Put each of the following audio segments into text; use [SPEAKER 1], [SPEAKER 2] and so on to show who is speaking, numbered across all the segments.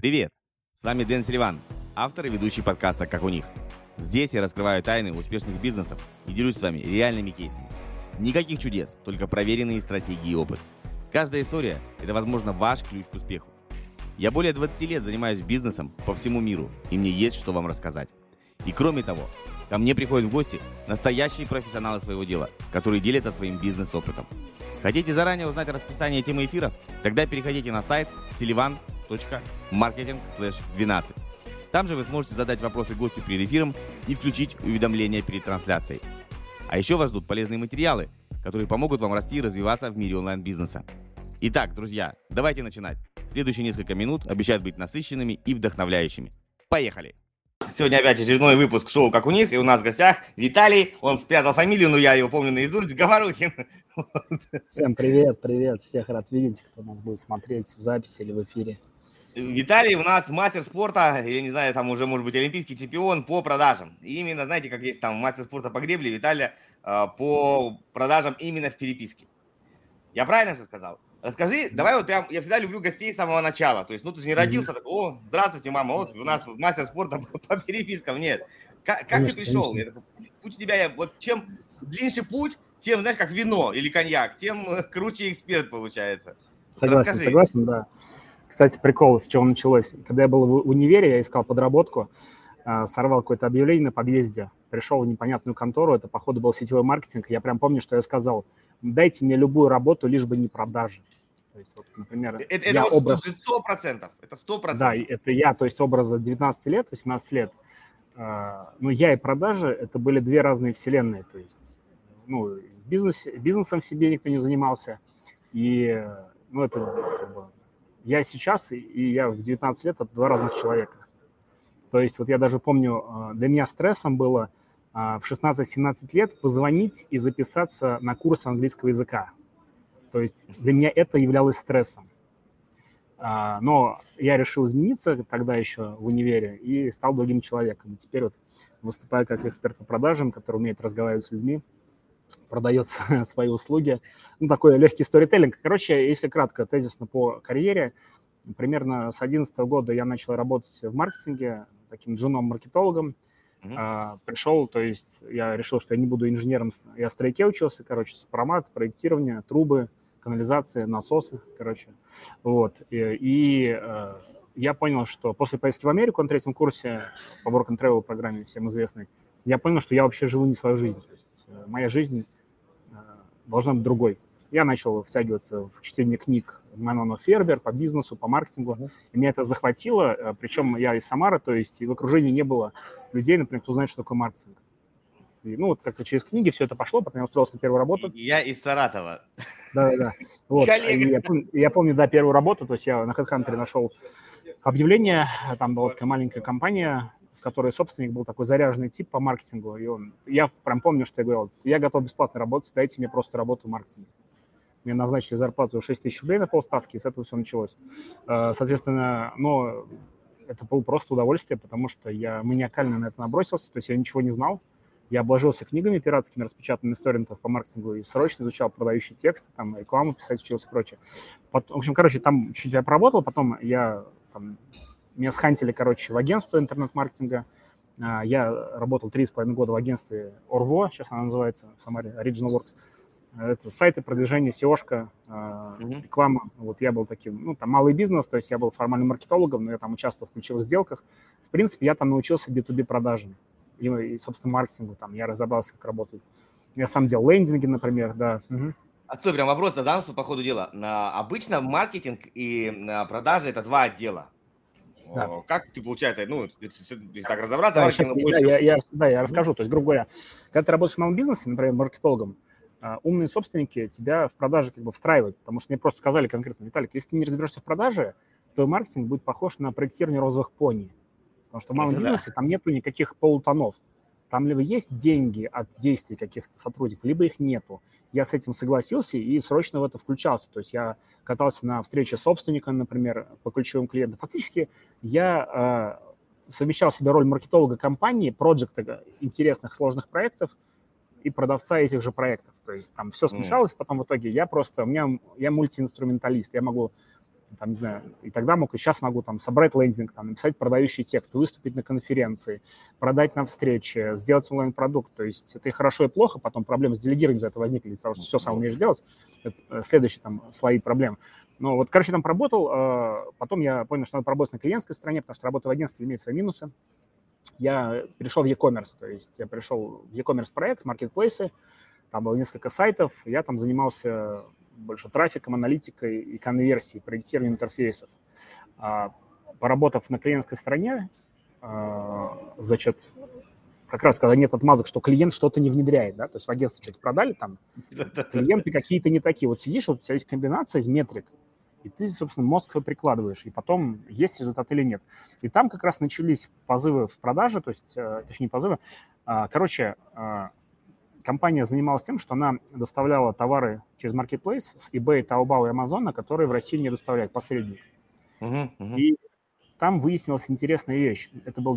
[SPEAKER 1] Привет! С вами Дэн Селиван, автор и ведущий подкаста «Как у них». Здесь я раскрываю тайны успешных бизнесов и делюсь с вами реальными кейсами. Никаких чудес, только проверенные стратегии и опыт. Каждая история – это, возможно, ваш ключ к успеху. Я более 20 лет занимаюсь бизнесом по всему миру, и мне есть что вам рассказать. И кроме того, ко мне приходят в гости настоящие профессионалы своего дела, которые делятся своим бизнес-опытом. Хотите заранее узнать расписание темы эфира? Тогда переходите на сайт selivan.marketing/12. Там же вы сможете задать вопросы гостю перед эфиром и включить уведомления перед трансляцией. А еще вас ждут полезные материалы, которые помогут вам расти и развиваться в мире онлайн-бизнеса. Итак, друзья, давайте начинать. Следующие несколько минут обещают быть насыщенными и вдохновляющими. Поехали! Сегодня опять очередной выпуск шоу «Как у них», и у нас в гостях Виталий, он спрятал фамилию, но я его помню наизусть, Говорухин.
[SPEAKER 2] Всем привет, всех рад видеть, кто нас будет смотреть в записи или в эфире.
[SPEAKER 1] Виталий у нас мастер спорта, я не знаю, там уже может быть олимпийский чемпион по продажам. И именно, знаете, как есть там мастер спорта по гребле, Виталия по продажам именно в переписке. Я правильно все сказал? Расскажи, давай вот прям, я всегда люблю гостей с самого начала. То есть, ты же не родился, так, о, здравствуйте, мама, вот у нас тут мастер спорта по перепискам. Нет. Как ты пришел? Путь у тебя, вот чем длиннее путь, тем, знаешь, как вино или коньяк, тем круче эксперт получается.
[SPEAKER 2] Согласен, да. Кстати, прикол, с чего началось. Когда я был в универе, я искал подработку, сорвал какое-то объявление на подъезде, пришел в непонятную контору, это, походу, был сетевой маркетинг, я прям помню, что я сказал: дайте мне любую работу, лишь бы не продажи. То есть, вот, например,
[SPEAKER 1] это вот образ... 100%, это 100%.
[SPEAKER 2] Да, это я, то есть образа 19 лет, 18 лет. Но я и продажи, это были две разные вселенные. То есть, ну, бизнесом в себе никто не занимался. И, ну, это как бы... Я сейчас и я в 19 лет – это два разных человека. То есть вот я даже помню, для меня стрессом было в 16-17 лет позвонить и записаться на курс английского языка. То есть для меня это являлось стрессом. Но я решил измениться тогда еще в универе и стал другим человеком. И теперь вот выступаю как эксперт по продажам, который умеет разговаривать с людьми, продает свои услуги. Ну, такой легкий сторителлинг. Короче, если кратко, тезисно по карьере, примерно с 2011 года я начал работать в маркетинге, таким джуном-маркетологом. Пришел, то есть я решил, что я не буду инженером, я в стройке учился, короче, сопромат, проектирование, трубы, канализация, насосы, короче. Вот. И я понял, что после поездки в Америку на третьем курсе по Work and Travel программе, всем известной, я понял, что я вообще живу не свою жизнь. То есть моя жизнь должна быть другой. Я начал втягиваться в чтение книг Манона Фербер по бизнесу, по маркетингу. И меня это захватило. Причем я из Самары, то есть и в окружении не было людей, например, кто знает, что такое маркетинг. И, ну, вот как-то через книги все это пошло, потом я устроился на первую работу.
[SPEAKER 1] Я из Саратова.
[SPEAKER 2] Да. Вот. Я помню, да, первую работу, то есть я на HeadHunter нашел объявление, там была такая маленькая компания, в которой собственник был такой заряженный тип по маркетингу, и я прям помню, что я говорил: я готов бесплатно работать, дайте мне просто работу в маркетинге. Мне назначили зарплату 6 тысяч рублей на полставки, и с этого все началось. Соответственно, но это было просто удовольствие, потому что я маниакально на это набросился, то есть я ничего не знал. Я обложился книгами пиратскими, распечатанными с торрентов по маркетингу, и срочно изучал продающие тексты, там, рекламу писать учился и прочее. В общем, короче, там чуть-чуть я поработал, потом меня схантили, короче, в агентство интернет-маркетинга. Я работал 3,5 года в агентстве Орво, сейчас она называется в Самаре, Original Works. Это сайты, продвижение, SEO-шка, реклама. Вот я был таким, ну, там малый бизнес, то есть я был формальным маркетологом, но я там участвовал в ключевых сделках. В принципе, я там научился B2B продажам и собственно, маркетингу. Там я разобрался, как работать. Я сам делал лендинги, например, да.
[SPEAKER 1] А стой, прям вопрос задам, что по ходу дела. Обычно маркетинг и продажи – это два отдела. Да. Как ты, получается, ну, если так разобраться,
[SPEAKER 2] да, сейчас, больше... я расскажу. То есть, грубо говоря, когда ты работаешь в малом бизнесе, например, маркетологом, умные собственники тебя в продаже как бы встраивают, потому что мне просто сказали конкретно: Виталик, если ты не разберешься в продаже, то маркетинг будет похож на проектирование розовых пони. Потому что в малом бизнесе там нету никаких полутонов. Там либо есть деньги от действий каких-то сотрудников, либо их нету. Я с этим согласился и срочно в это включался. То есть я катался на встрече с собственником, например, по ключевым клиентам. Фактически я совмещал в себе роль маркетолога компании, проекта, интересных, сложных проектов и продавца этих же проектов. То есть там все смешалось, потом в итоге я мультиинструменталист. Я могу там, не знаю, и тогда мог, и сейчас могу там собрать лендинг, там, написать продающий текст, выступить на конференции, продать на встрече, сделать онлайн-продукт. То есть это и хорошо, и плохо. Потом проблемы с делегированием из-за этого возникли, из-за того, что все сам умеешь делать. Это следующие там слои проблем. Но вот, короче, там поработал. Потом я понял, что надо поработать на клиентской стороне, потому что работа в агентстве имеет свои минусы. Я перешел в e-commerce, то есть я пришел в e-commerce проект, маркетплейсы, там было несколько сайтов, я там занимался больше трафиком, аналитикой и конверсией, проектированием интерфейсов. Поработав на клиентской стороне, значит, как раз когда нет отмазок, что клиент что-то не внедряет, да, то есть в агентстве что-то продали, там клиенты какие-то не такие. Вот сидишь, вот у тебя есть комбинация из метрик, и ты, собственно, мозг свой прикладываешь, и потом есть результат или нет. И там как раз начались позывы в продаже, то есть, точнее, позывы. Короче, компания занималась тем, что она доставляла товары через Marketplace с eBay, Taobao и Amazon, которые в России не доставляют, посредник. И там выяснилась интересная вещь. Это был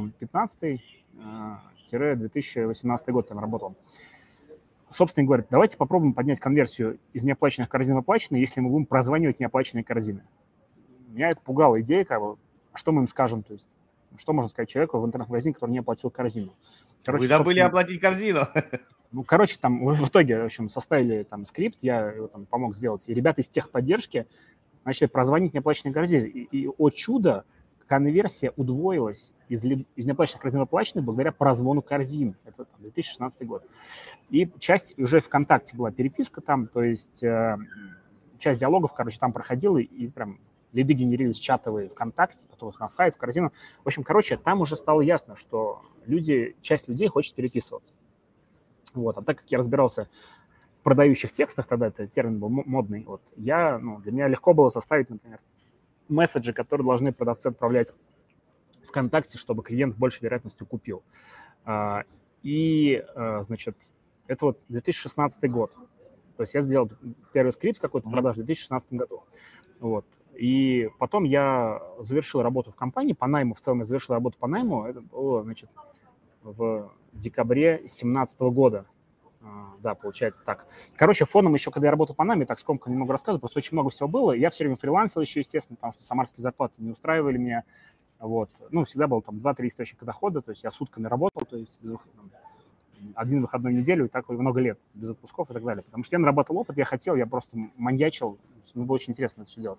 [SPEAKER 2] 2015-2018 год, там работал. Собственник говорит, давайте попробуем поднять конверсию из неоплаченных корзин в оплаченные, если мы будем прозванивать неоплаченные корзины. Меня это пугала идея, как бы, что мы им скажем, то есть, что можно сказать человеку в интернет-магазине, который не оплатил корзину.
[SPEAKER 1] Короче, вы забыли оплатить корзину.
[SPEAKER 2] Ну, короче, там в итоге, в общем, составили там скрипт, я его там помог сделать, и ребята из техподдержки начали прозванивать неоплаченные корзины. И о чудо, конверсия удвоилась из неоплаченных корзин в оплаченные благодаря прозвону корзин. Это там, 2016 год. И часть уже ВКонтакте была переписка там, то есть часть диалогов, короче, там проходила, и прям лиды генерировались чатовые ВКонтакте, потом их на сайт, в корзину. В общем, короче, там уже стало ясно, что часть людей хочет переписываться. Вот. А так как я разбирался в продающих текстах, тогда это термин был модный, вот, для меня легко было составить, например, месседжи, которые должны продавцы отправлять ВКонтакте, чтобы клиент с большей вероятностью купил. Значит, это вот 2016 год. То есть я сделал первый скрипт какой-то продаж в 2016 году. Вот. И потом я завершил работу в компании по найму. В целом я завершил работу по найму. Это было, значит, в декабре 2017 года. Да, получается так. Короче, фоном еще, когда я работал по найму, так скомканно немного рассказываю, просто очень много всего было. Я все время фрилансил еще, естественно, потому что самарские зарплаты не устраивали меня. Вот. Ну, всегда было там 2-3 источника дохода, то есть я сутками работал, то есть один выходной неделю, и так много лет, без отпусков и так далее. Потому что я наработал опыт, я просто маньячил, мне было очень интересно это все делать.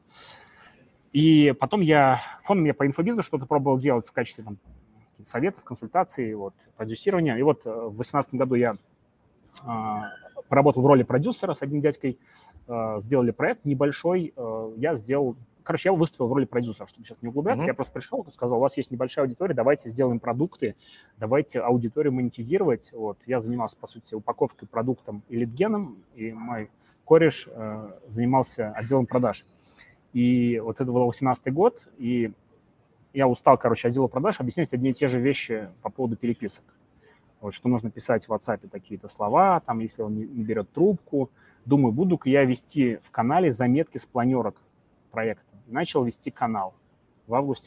[SPEAKER 2] И потом фоном я по инфобизнесу что-то пробовал делать в качестве там каких-то советов, консультаций, вот, продюсирования. И вот в 2018 году я поработал в роли продюсера с одним дядькой, сделали проект небольшой, я выступил в роли продюсера, чтобы сейчас не углубляться. Я просто пришел и сказал, у вас есть небольшая аудитория, давайте сделаем продукты, давайте аудиторию монетизировать. Вот. Я занимался, по сути, упаковкой, продуктом и лидгеном, и мой кореш занимался отделом продаж. И вот это был 2018 год, и я устал, отделу продаж объяснять одни и те же вещи по поводу переписок. Вот, что нужно писать в WhatsApp такие-то слова, там, если он не берет трубку. Думаю, буду-ка я вести в канале заметки с планерок проекта. Начал вести канал. В августе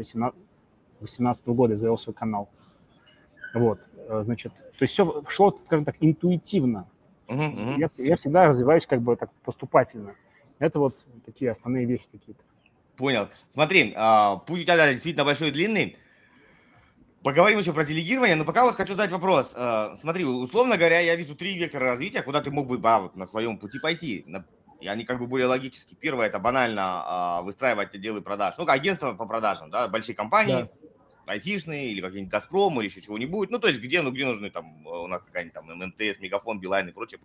[SPEAKER 2] 2018 года я завел свой канал. Вот, значит, то есть все шло, скажем так, интуитивно. Я всегда развиваюсь как бы так поступательно. Это вот такие основные вещи какие-то.
[SPEAKER 1] Понял. Смотри, путь у тебя действительно большой и длинный. Поговорим еще про делегирование, но пока вот хочу задать вопрос. Смотри, условно говоря, я вижу 3 вектора развития, куда ты мог бы на своем пути пойти. И они как бы более логические. Первое – это банально выстраивать отделы продаж. Ну, агентство по продажам, да, большие компании, айтишные или какие-нибудь Газпром или еще чего-нибудь. Ну, то есть где нужны там у нас какая-нибудь там МТС, Мегафон, Билайн и прочее,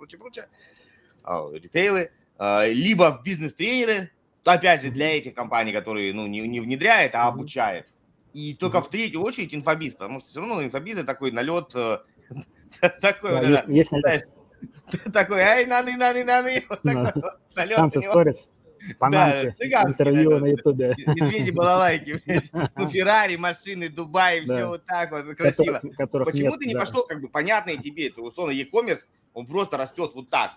[SPEAKER 1] ритейлы. Либо в бизнес-тренеры, опять же, для этих компаний, которые не внедряют, а обучают. И только в третью очередь инфобиз, потому что все равно инфобиз это такой налет, такой,
[SPEAKER 2] есть налет.
[SPEAKER 1] Такой, ай, наны,
[SPEAKER 2] танцы в сторис, панамки, интервью на ютубе.
[SPEAKER 1] Медведи, балалайки, Феррари, машины, Дубай, все вот так вот, красиво. Почему ты не пошел, как бы, понятное тебе, это условно e-commerce, он просто растет вот так,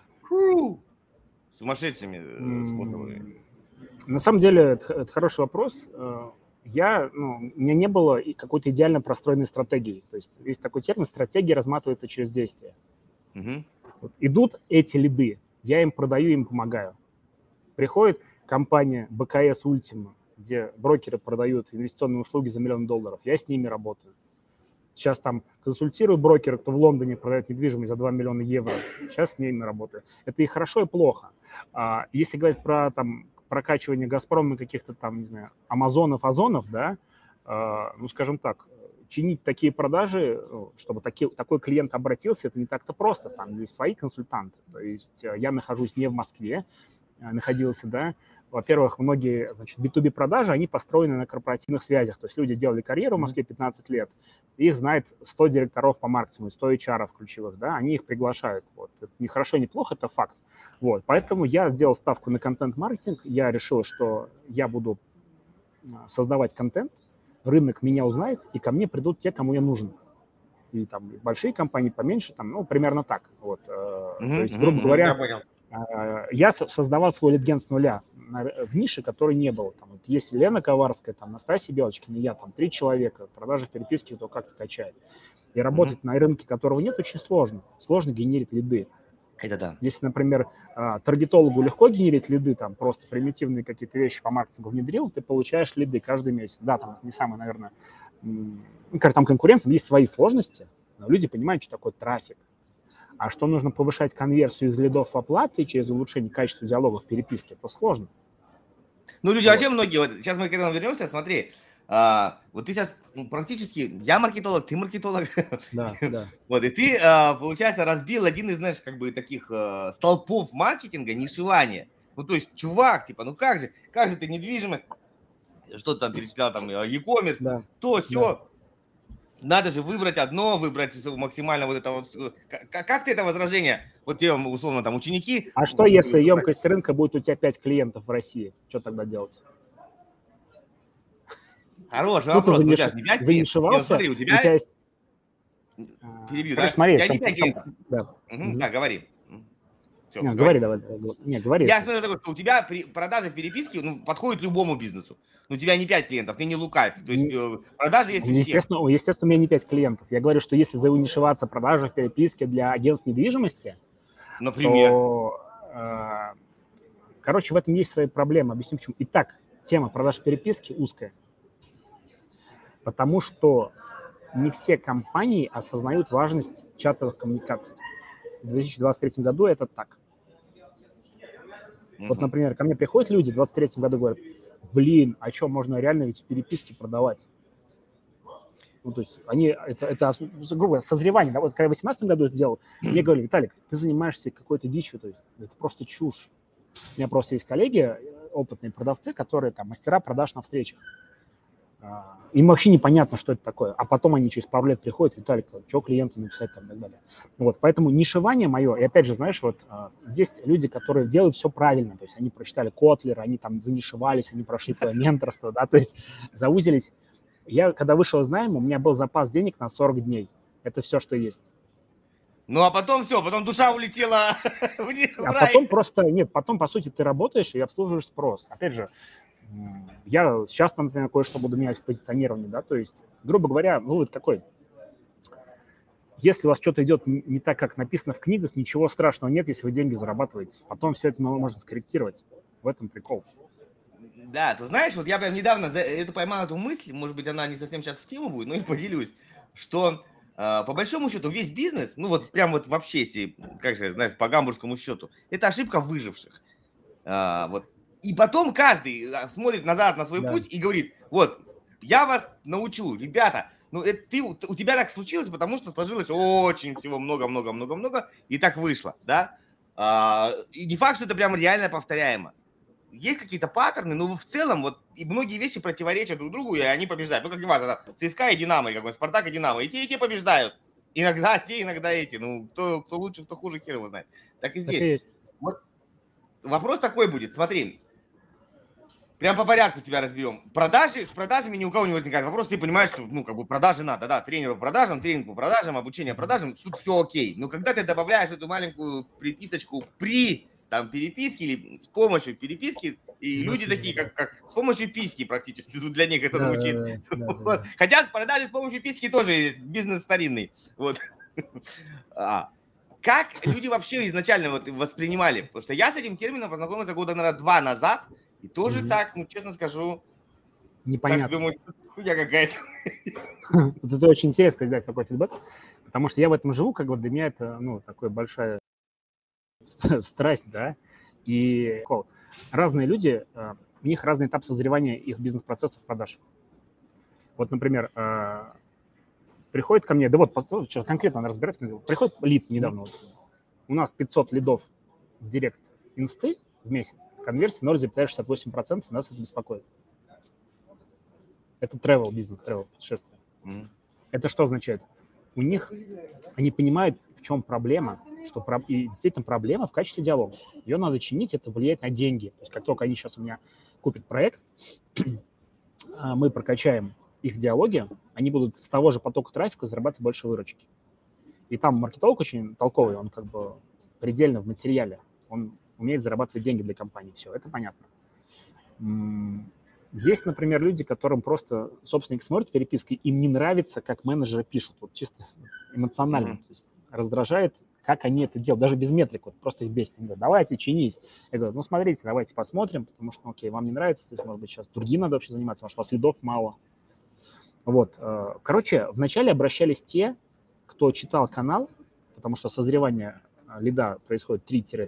[SPEAKER 1] сумасшедшими способами?
[SPEAKER 2] На самом деле, это хороший вопрос. У меня не было какой-то идеально простроенной стратегии. То есть есть такой термин, стратегия разматывается через действие. Вот идут эти лиды, я им продаю, им помогаю. Приходит компания БКС Ультима, где брокеры продают инвестиционные услуги за $1 миллион, я с ними работаю. Сейчас там консультирую брокера, кто в Лондоне продает недвижимость за 2 миллиона евро. Сейчас с ними работаю. Это и хорошо, и плохо. Если говорить про там прокачивание Газпрома каких-то там, не знаю, Озонов, да, ну, скажем так, чинить такие продажи, чтобы такой клиент обратился, это не так-то просто. Там есть свои консультанты. То есть я нахожусь не в Москве, находился, да. Во-первых, многие, значит, B2B продажи, они построены на корпоративных связях. То есть люди делали карьеру в Москве 15 лет, их знает 100 директоров по маркетингу, 100 HR ключевых, да, они их приглашают. Вот. Это не хорошо, не плохо, это факт. Вот. Поэтому я сделал ставку на контент-маркетинг, я решил, что я буду создавать контент, рынок меня узнает, и ко мне придут те, кому я нужен. И там большие компании, поменьше, там, ну, примерно так. Вот. То есть, грубо говоря, я создавал свой лид-ген с нуля в нише, которой не было. Там, вот есть Лена Коварская, там, Настасья Белочкина, я, там, 3 человека, продажи в переписке, кто как-то качает. И работать на рынке, которого нет, очень сложно. Сложно генерить лиды.
[SPEAKER 1] Это да.
[SPEAKER 2] Если, например, таргетологу легко генерить лиды, там, просто примитивные какие-то вещи по маркетингу внедрил, ты получаешь лиды каждый месяц. Да, там не самое, наверное, там конкуренция, есть свои сложности, но люди понимают, что такое трафик. А что нужно повышать конверсию из лидов в оплаты через улучшение качества диалога в переписке, это сложно.
[SPEAKER 1] Ну, люди вообще многие, вот сейчас мы к этому вернемся, смотри, вот ты сейчас практически, я маркетолог, ты маркетолог,
[SPEAKER 2] да.
[SPEAKER 1] Вот, и ты, получается, разбил один из, знаешь, как бы таких столпов маркетинга, нишевания. Ну, то есть, чувак, типа, ну как же ты недвижимость, что ты там перечислял, там, e-commerce,
[SPEAKER 2] да.
[SPEAKER 1] то, все. Да. Надо же выбрать одно, выбрать максимально вот это вот. Как ты это возражение, вот те, условно, там, ученики...
[SPEAKER 2] А что, если емкость рынка будет у тебя 5 клиентов в России? Что тогда делать?
[SPEAKER 1] Хороший вопрос.
[SPEAKER 2] Ты занишевался,
[SPEAKER 1] смотри, у тебя есть... Перебью, да?
[SPEAKER 2] Смотри,
[SPEAKER 1] я не 5 клиентов. Да, говори.
[SPEAKER 2] Все, говори, давай. Говори.
[SPEAKER 1] Я смотрю такой, что у тебя продажи в переписке подходят любому бизнесу. Но у тебя не 5 клиентов, ты не лукавь. То есть продажи есть у всех.
[SPEAKER 2] Естественно, у меня не 5 клиентов. Я говорю, что если занишеваться продажи в переписке для агентств недвижимости,
[SPEAKER 1] например,
[SPEAKER 2] то, короче, в этом есть свои проблемы. Объясню почему. Итак, тема продаж в переписке узкая. Потому что не все компании осознают важность чатовых коммуникаций. В 2023 году это так. Вот, например, ко мне приходят люди в 2023 году и говорят, блин, а что, можно реально ведь в переписке продавать? Ну, то есть они, это грубо говоря, созревание. Да? Вот когда я в 2018 году это делал, мне говорили, Виталик, ты занимаешься какой-то дичью, то есть это просто чушь. У меня просто есть коллеги, опытные продавцы, которые там мастера продаж на встречах. Им вообще непонятно, что это такое. А потом они через пару лет приходят, Виталик, что клиенту написать там и так далее. Вот, поэтому нишевание мое, и опять же, знаешь, вот есть люди, которые делают все правильно, то есть они прочитали Котлера, они там занишевались, они прошли твое менторство, да, то есть заузились. Я, когда вышел из найма, у меня был запас денег на 40 дней. Это все, что есть.
[SPEAKER 1] Ну, а потом все, потом душа улетела в рай.
[SPEAKER 2] Потом просто, нет, потом, по сути, ты работаешь и обслуживаешь спрос. Опять же, я сейчас, например, кое-что буду менять в позиционировании, да, то есть, грубо говоря, вывод какой? Если у вас что-то идет не так, как написано в книгах, ничего страшного нет, если вы деньги зарабатываете. Потом все это можно скорректировать. В этом прикол.
[SPEAKER 1] Да, ты знаешь, вот я прям недавно поймал эту мысль, может быть, она не совсем сейчас в тему будет, но и поделюсь, что по большому счету весь бизнес, ну вот прям вот вообще, если, как же, знаешь, по гамбургскому счету, это ошибка выживших. Вот. И потом каждый смотрит назад на свой путь и говорит, вот, я вас научу, ребята, ну это у тебя так случилось, потому что сложилось очень всего много, и так вышло, да? И не факт, что это прям реально повторяемо. Есть какие-то паттерны, но в целом вот и многие вещи противоречат друг другу, и они побеждают. Ну, как не важно, ЦСКА и Динамо, и какой Спартак и Динамо. И те побеждают. Иногда те, иногда эти. Ну, кто лучше, кто хуже, хер его знает. Так и здесь. Так и есть. Вот вопрос такой будет, смотри. Прям по порядку тебя разберем. С продажами ни у кого не возникает вопрос. Ты понимаешь, что, ну, как бы продажи надо, да, тренеру по продажам, тренинг по продажам, обучение продажам, тут все окей. Но когда ты добавляешь эту маленькую приписочку при там переписки или с помощью переписки, и люди такие, как с помощью писки практически, для них это звучит. Вот. Хотя продажи с помощью писки тоже бизнес старинный. Вот. Как люди вообще изначально вот воспринимали? Потому что я с этим термином познакомился года, наверное, 2 назад, И тоже так, ну, честно скажу,
[SPEAKER 2] непонятно.
[SPEAKER 1] Так думаю, хуйня какая-то.
[SPEAKER 2] Это очень интересно, когда такой фидбэк, потому что я в этом живу, как бы для меня это, ну, такая большая страсть, да, и разные люди, у них разный этап созревания их бизнес-процессов продаж. Вот, например, приходит ко мне, да вот, что конкретно надо разбирать, приходит лид недавно, вот, у нас 500 лидов в директ инсты в месяц, конверсия 0,68%, нас это беспокоит. Это travel бизнес, travel путешествие. Это что означает? У них, они понимают, в чем проблема, что и действительно проблема в качестве диалога. Ее надо чинить, это влияет на деньги. То есть как только они сейчас у меня купят проект, мы прокачаем их диалоги, они будут с того же потока трафика зарабатывать больше выручки. И там маркетолог очень толковый, он как бы предельно в материале, он умеет зарабатывать деньги для компании, все, это понятно. Есть, например, люди, которым просто собственник смотрит переписки, им не нравится, как менеджеры пишут, вот чисто эмоционально, то есть раздражает, как они это делают, даже без метрик, вот просто их бесит. Они говорят, давайте чинить. Я говорю, ну, смотрите, давайте посмотрим, потому что, окей, вам не нравится, то есть, может быть, сейчас другим надо вообще заниматься, может, у вас лидов мало. Вот, короче, вначале обращались те, кто читал канал, потому что созревание лида происходит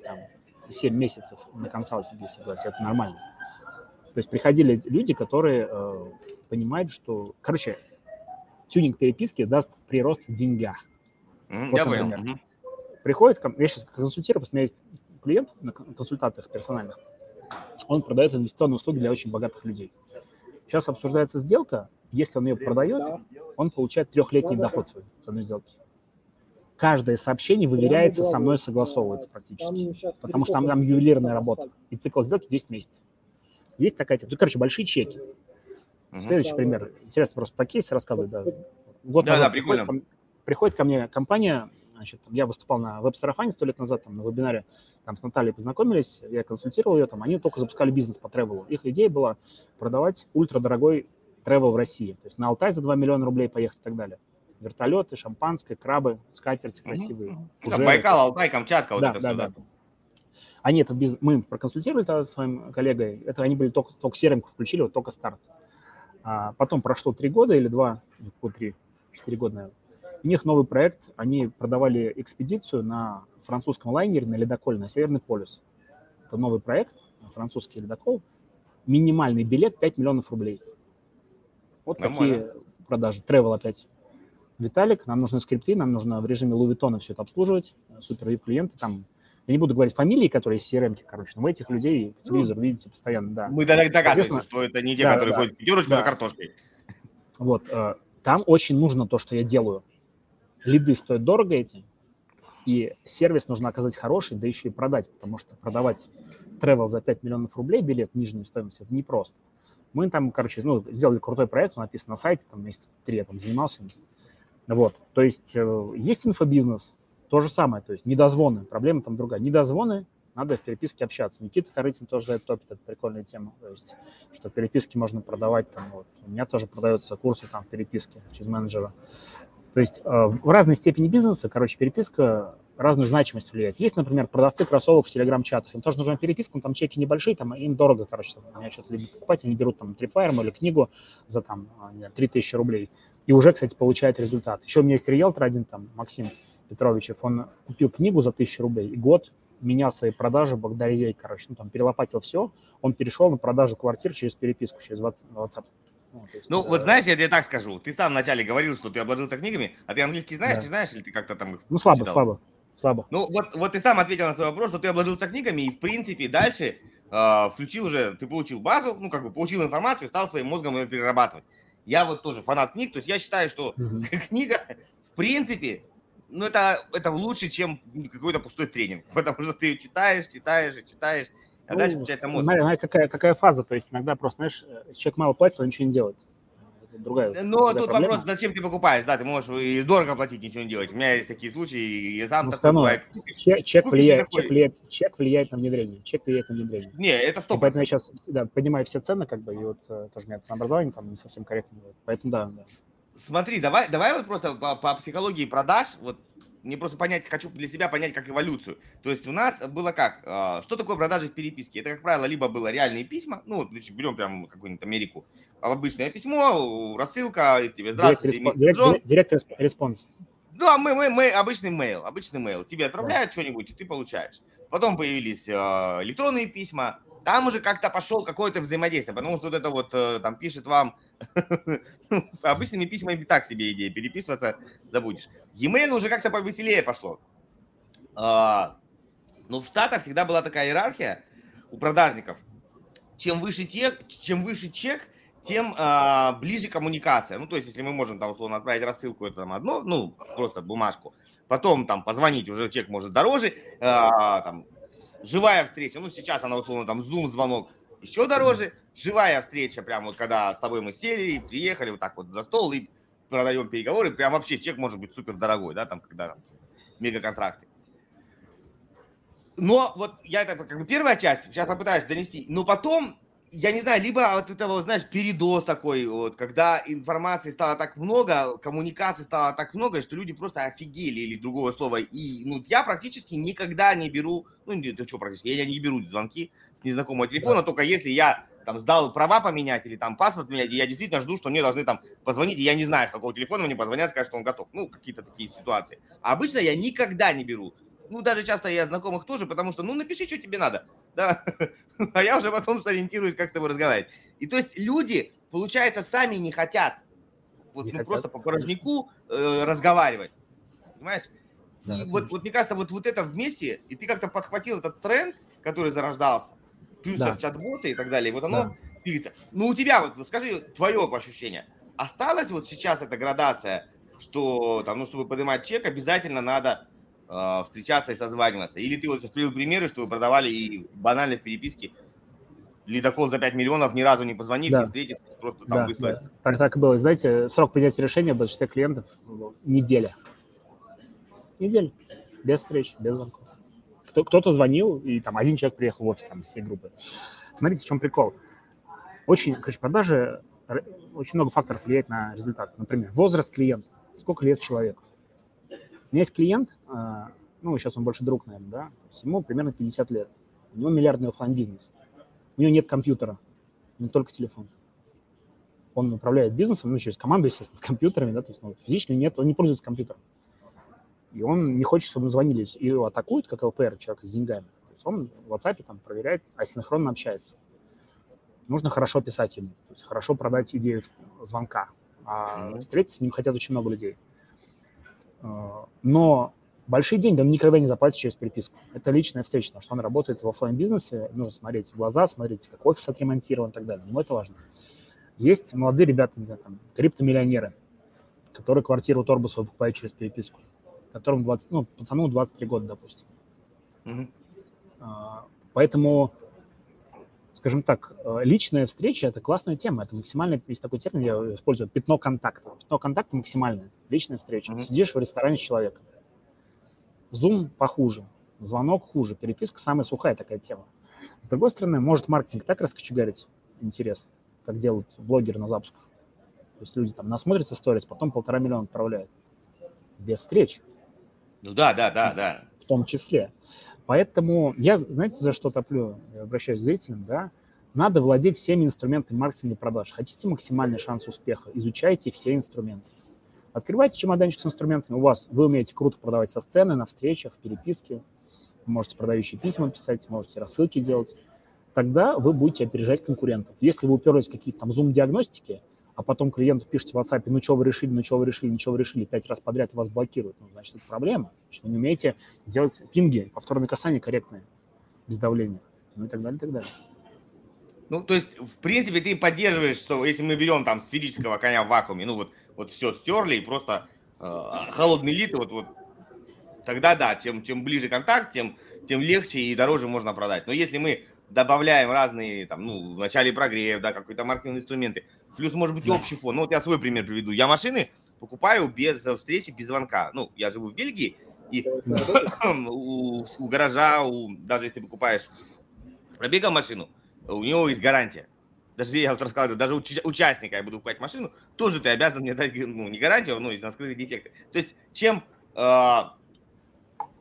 [SPEAKER 2] 3-7 месяцев на консалтинге, если говорить, это нормально. То есть приходили люди, которые понимают, что, короче, тюнинг переписки даст прирост в деньгах. Вот,
[SPEAKER 1] я
[SPEAKER 2] например,
[SPEAKER 1] понял.
[SPEAKER 2] Приходит, я сейчас консультирую, потому что у меня есть клиент на консультациях персональных, он продает инвестиционные услуги для очень богатых людей. Сейчас обсуждается сделка, если он ее продает, он получает 3-летний доход свой с одной сделки. Каждое сообщение выверяется, со мной согласовывается практически, потому что там ювелирная работа, и цикл сделки 10 месяцев. Есть такая тема. Короче, большие чеки. Следующий пример. Интересно просто по кейсу рассказывать. Да. Год назад приходит ко мне компания, значит, я выступал на веб-сарафане 100 лет назад, там, на вебинаре, там с Натальей познакомились, я консультировал ее, там, они только запускали бизнес по тревелу. Их идея была продавать ультрадорогой тревел в России. То есть на Алтай за 2 миллиона рублей поехать и так далее. Вертолеты, шампанское, крабы, скатерти красивые.
[SPEAKER 1] Байкал, Алтай, Камчатка, вот это все, да.
[SPEAKER 2] Они этот бизнес, мы проконсультировали тогда со своим коллегой, это они были только серенку включили, вот только старт. Потом прошло 3 года или 4 года, наверное. У них новый проект, они продавали экспедицию на французском лайнере на ледоколе на Северный полюс. Это новый проект, французский ледокол, минимальный билет 5 миллионов рублей. Вот такие продажи. Travel опять. Виталик, нам нужны скрипты, нам нужно в режиме Луи Виттона все это обслуживать, супер клиенты там. Я не буду говорить фамилии, которые из CRM-ки, короче, но вы этих людей по телевизору видите постоянно, да.
[SPEAKER 1] Мы догадываемся, что это не те, которые ходят в пятерочку за картошкой.
[SPEAKER 2] Вот, там очень нужно то, что я делаю. Лиды стоят дорого эти, и сервис нужно оказать хороший, да еще и продать, потому что продавать travel за 5 миллионов рублей, билет нижней стоимости, это непросто. Мы там, короче, сделали крутой проект, он написан на сайте, там месяца 3 я там занимался. Вот, то есть есть инфобизнес, то же самое, то есть недозвоны, проблема там другая. Недозвоны, надо в переписке общаться. Никита Корытин тоже за это топит, это прикольная тема. То есть, что переписки можно продавать там, вот. У меня тоже продаются курсы там в переписке через менеджера. То есть в разной степени бизнеса, короче, переписка разную значимость влияет. Есть, например, продавцы кроссовок в телеграм-чатах. Им тоже нужна переписка, там чеки небольшие, там им дорого, короче. У меня что-то любят покупать, они берут там Tripwire или книгу за там 3000 рублей. И уже, кстати, получают результат. Еще у меня есть риэлтор один, там, Максим Петровичев, он купил книгу за 1000 рублей и год менял свои продажи благодаря ей, короче. Там перелопатил все, он перешел на продажу квартир через переписку, через WhatsApp.
[SPEAKER 1] Вот знаешь, я тебе так скажу. Ты сам вначале говорил, что ты обложился книгами, а ты английский знаешь, не знаешь, или ты как-то там их
[SPEAKER 2] слабо.
[SPEAKER 1] Ну, вот ты сам ответил на свой вопрос, что ты обложился книгами, и, в принципе, дальше включил уже, ты получил базу, получил информацию, стал своим мозгом ее перерабатывать. Я вот тоже фанат книг, то есть я считаю, что книга, в принципе, это лучше, чем какой-то пустой тренинг, потому что ты ее читаешь, а дальше у тебя это мозг.
[SPEAKER 2] Смотри, какая фаза, то есть иногда просто, знаешь, человек мало платит, он ничего не делает. Другая
[SPEAKER 1] тут проблема. Вопрос, зачем ты покупаешь, да, ты можешь и дорого платить, ничего не делать. У меня есть такие случаи, и я сам такой бывает.
[SPEAKER 2] Чек влияет на внедрение.
[SPEAKER 1] Не, это 100%.
[SPEAKER 2] Поэтому я сейчас поднимаю все цены, как бы, и вот тоже у меня ценообразование там не совсем корректно. Поэтому да.
[SPEAKER 1] Смотри, давай вот просто по психологии продаж, вот мне просто хочу для себя понять как эволюцию. То есть у нас было как? Что такое продажи в переписке? Это, как правило, либо было реальные письма, ну, вот берем прям какую-нибудь Америку, обычное письмо, рассылка, тебе здравствуйте, мистер Джон.
[SPEAKER 2] Директ респонс.
[SPEAKER 1] Да, мы обычный mail. Тебе отправляют что-нибудь, и ты получаешь. Потом появились электронные письма. Там уже как-то пошел какое-то взаимодействие, потому что вот это вот там пишет вам обычными письмами так себе идея, переписываться забудешь. E-mail уже как-то повеселее пошло. Но в Штатах всегда была такая иерархия у продажников. Чем выше чек, тем ближе коммуникация. Ну, то есть, если мы можем там условно отправить рассылку, это там одно, ну, просто бумажку. Потом там позвонить, уже чек может дороже. Там, живая встреча, ну, сейчас она условно там Zoom-звонок еще дороже. Живая встреча, прям вот когда с тобой мы сели, приехали вот так вот за стол и продаем переговоры, прям вообще чек может быть супер дорогой, да, там, когда там, мегаконтракты. Но вот я это как бы первая часть, сейчас попытаюсь донести, но потом, я не знаю, либо от этого, знаешь, передоз такой, вот, когда информации стало так много, коммуникаций стало так много, что люди просто офигели, или другого слова. И, ну, я практически никогда не беру, ну, это что практически, я не беру звонки с незнакомого телефона, да. Только если я там сдал права поменять или там паспорт поменять, и я действительно жду, что мне должны там позвонить, и я не знаю, с какого телефона мне позвонят, скажут, что он готов. Ну, какие-то такие ситуации. А обычно я никогда не беру. Ну, даже часто я знакомых тоже, потому что, ну, напиши, что тебе надо, да, а я уже потом сориентируюсь, как с тобой разговаривать. И то есть люди, получается, сами не хотят вот, ну, просто по порожнику разговаривать, понимаешь? Да, и вот мне кажется, вот это вместе, и ты как-то подхватил этот тренд, который зарождался, плюс сейчас чат-боты и так далее, и вот оно двигается. Ну, у тебя, вот скажи, твое ощущение, осталась вот сейчас эта градация, что там, ну, чтобы поднимать чек, обязательно надо встречаться и созваниваться? Или ты вот привел примеры, что вы продавали и банально в переписке лидокол за 5 миллионов, ни разу не позвонив, не встретившись, просто там выслать?
[SPEAKER 2] Да. Так и было. Знаете, срок принятия решения в большинстве клиентов неделя. Неделя. Без встреч, без звонков. Кто-то звонил, и там один человек приехал в офис там, из всей группы. Смотрите, в чем прикол. Продажи, очень много факторов влияет на результат. Например, возраст клиента. Сколько лет человеку? У меня есть клиент, ну, сейчас он больше друг, наверное, да, ему примерно 50 лет. У него миллиардный офлайн-бизнес. У него нет компьютера, у него только телефон. Он управляет бизнесом, ну, через команду, естественно, с компьютерами, да, то есть, ну, физически нет, он не пользуется компьютером. И он не хочет, чтобы ему звонили, и его атакуют, как ЛПР, человек с деньгами. То есть он в WhatsApp там проверяет, асинхронно общается. Нужно хорошо писать ему, то есть хорошо продать идею звонка. А встретиться с ним хотят очень много людей. Но большие деньги он никогда не заплатит через переписку. Это личная встреча, потому что он работает в офлайн-бизнесе, нужно смотреть в глаза, смотреть, как офис отремонтирован и так далее. Ему это важно. Есть молодые ребята, не знаю, там, криптомиллионеры, которые квартиру Торбусова покупают через переписку, которым пацану 23 года, допустим. Поэтому, скажем так, личная встреча – это классная тема. Это максимально, есть такой термин, я использую, пятно контакта. Пятно контакта максимальное. Личная встреча. Сидишь в ресторане с человеком. Zoom похуже, звонок хуже, переписка самая сухая такая тема. С другой стороны, может маркетинг так раскочегарить интерес, как делают блогеры на запусках. То есть люди там насмотрятся сторис, потом 1,5 миллиона отправляют. Без встреч.
[SPEAKER 1] Ну да.
[SPEAKER 2] В том числе. Поэтому я, знаете, за что топлю? Я обращаюсь к зрителям, да? Надо владеть всеми инструментами маркетинга и продаж. Хотите максимальный шанс успеха? Изучайте все инструменты. Открывайте чемоданчик с инструментами. Вы умеете круто продавать со сцены, на встречах, в переписке. Вы можете продающие письма писать, можете рассылки делать. Тогда вы будете опережать конкурентов. Если вы уперлись в какие-то там зум-диагностики, а потом клиенту пишете в WhatsApp, ну что вы решили, 5 раз подряд вас блокируют, ну, значит, это проблема. Значит, вы не умеете делать пинги, повторные касания корректные, без давления, ну и так далее, и так далее.
[SPEAKER 1] Ну, то есть, в принципе, ты поддерживаешь, что если мы берем там сферического коня в вакууме, ну вот все стерли и просто холодный лит, вот тогда да, чем ближе контакт, тем легче и дороже можно продать. Но если мы добавляем разные, там, ну, в начале прогрев, да, какие-то маркетинговые инструменты, плюс, может быть, общий фон. Ну, вот я свой пример приведу. Я машины покупаю без встречи, без звонка. Ну, я живу в Бельгии, и у гаража, даже если ты покупаешь с пробегом машину, у него есть гарантия. Даже я вот рассказываю, даже участника я буду покупать машину, тоже ты обязан мне дать, ну, не гарантию, но если на скрытые дефекты. То есть, чем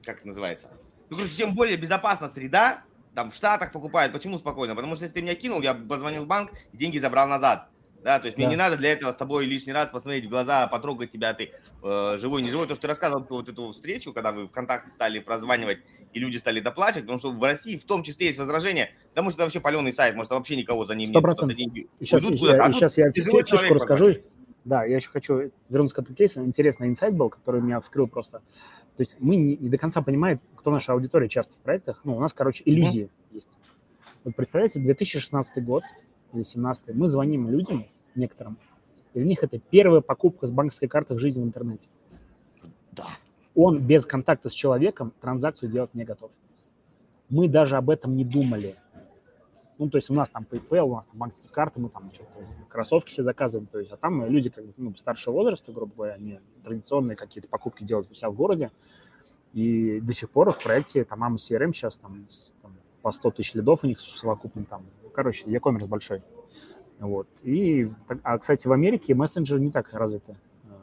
[SPEAKER 1] как это называется? Ну, короче, чем более безопасна среда, там в Штатах покупают. Почему спокойно? Потому что если ты меня кинул, я позвонил в банк и деньги забрал назад. Да, то есть мне не надо для этого с тобой лишний раз посмотреть в глаза, потрогать тебя, ты живой, не живой. То, что ты рассказывал вот эту встречу, когда вы ВКонтакте стали прозванивать и люди стали доплачивать, потому что в России в том числе есть возражение, потому что это вообще паленый сайт, может, вообще никого за ним нет.
[SPEAKER 2] 100%.
[SPEAKER 1] Деньги
[SPEAKER 2] Сейчас
[SPEAKER 1] уйдут куда-то.
[SPEAKER 2] Сейчас я фишку расскажу.
[SPEAKER 1] Позвонит.
[SPEAKER 2] Да, я еще хочу вернуться к этому кейсу. Интересный инсайт был, который меня вскрыл просто. То есть мы не до конца понимаем, кто наша аудитория часто в проектах. Ну, у нас, короче, иллюзии есть. Вот представляете, 2016 год или 2017, мы звоним людям, некоторым, и для них это первая покупка с банковской карты в жизни в интернете.
[SPEAKER 1] Да.
[SPEAKER 2] Он без контакта с человеком транзакцию делать не готов. Мы даже об этом не думали. Ну, то есть у нас там PayPal, у нас там банковские карты, мы там что-то, кроссовки себе заказываем, то есть, а там люди как бы, старшего возраста, грубо говоря, они традиционные какие-то покупки делают у себя в городе, и до сих пор в проекте там AMA CRM сейчас там по 100 тысяч лидов у них совокупно там, короче, e-commerce большой. Вот. Кстати, в Америке мессенджеры не так развиты.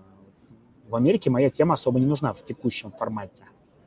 [SPEAKER 2] В Америке моя тема особо не нужна в текущем формате.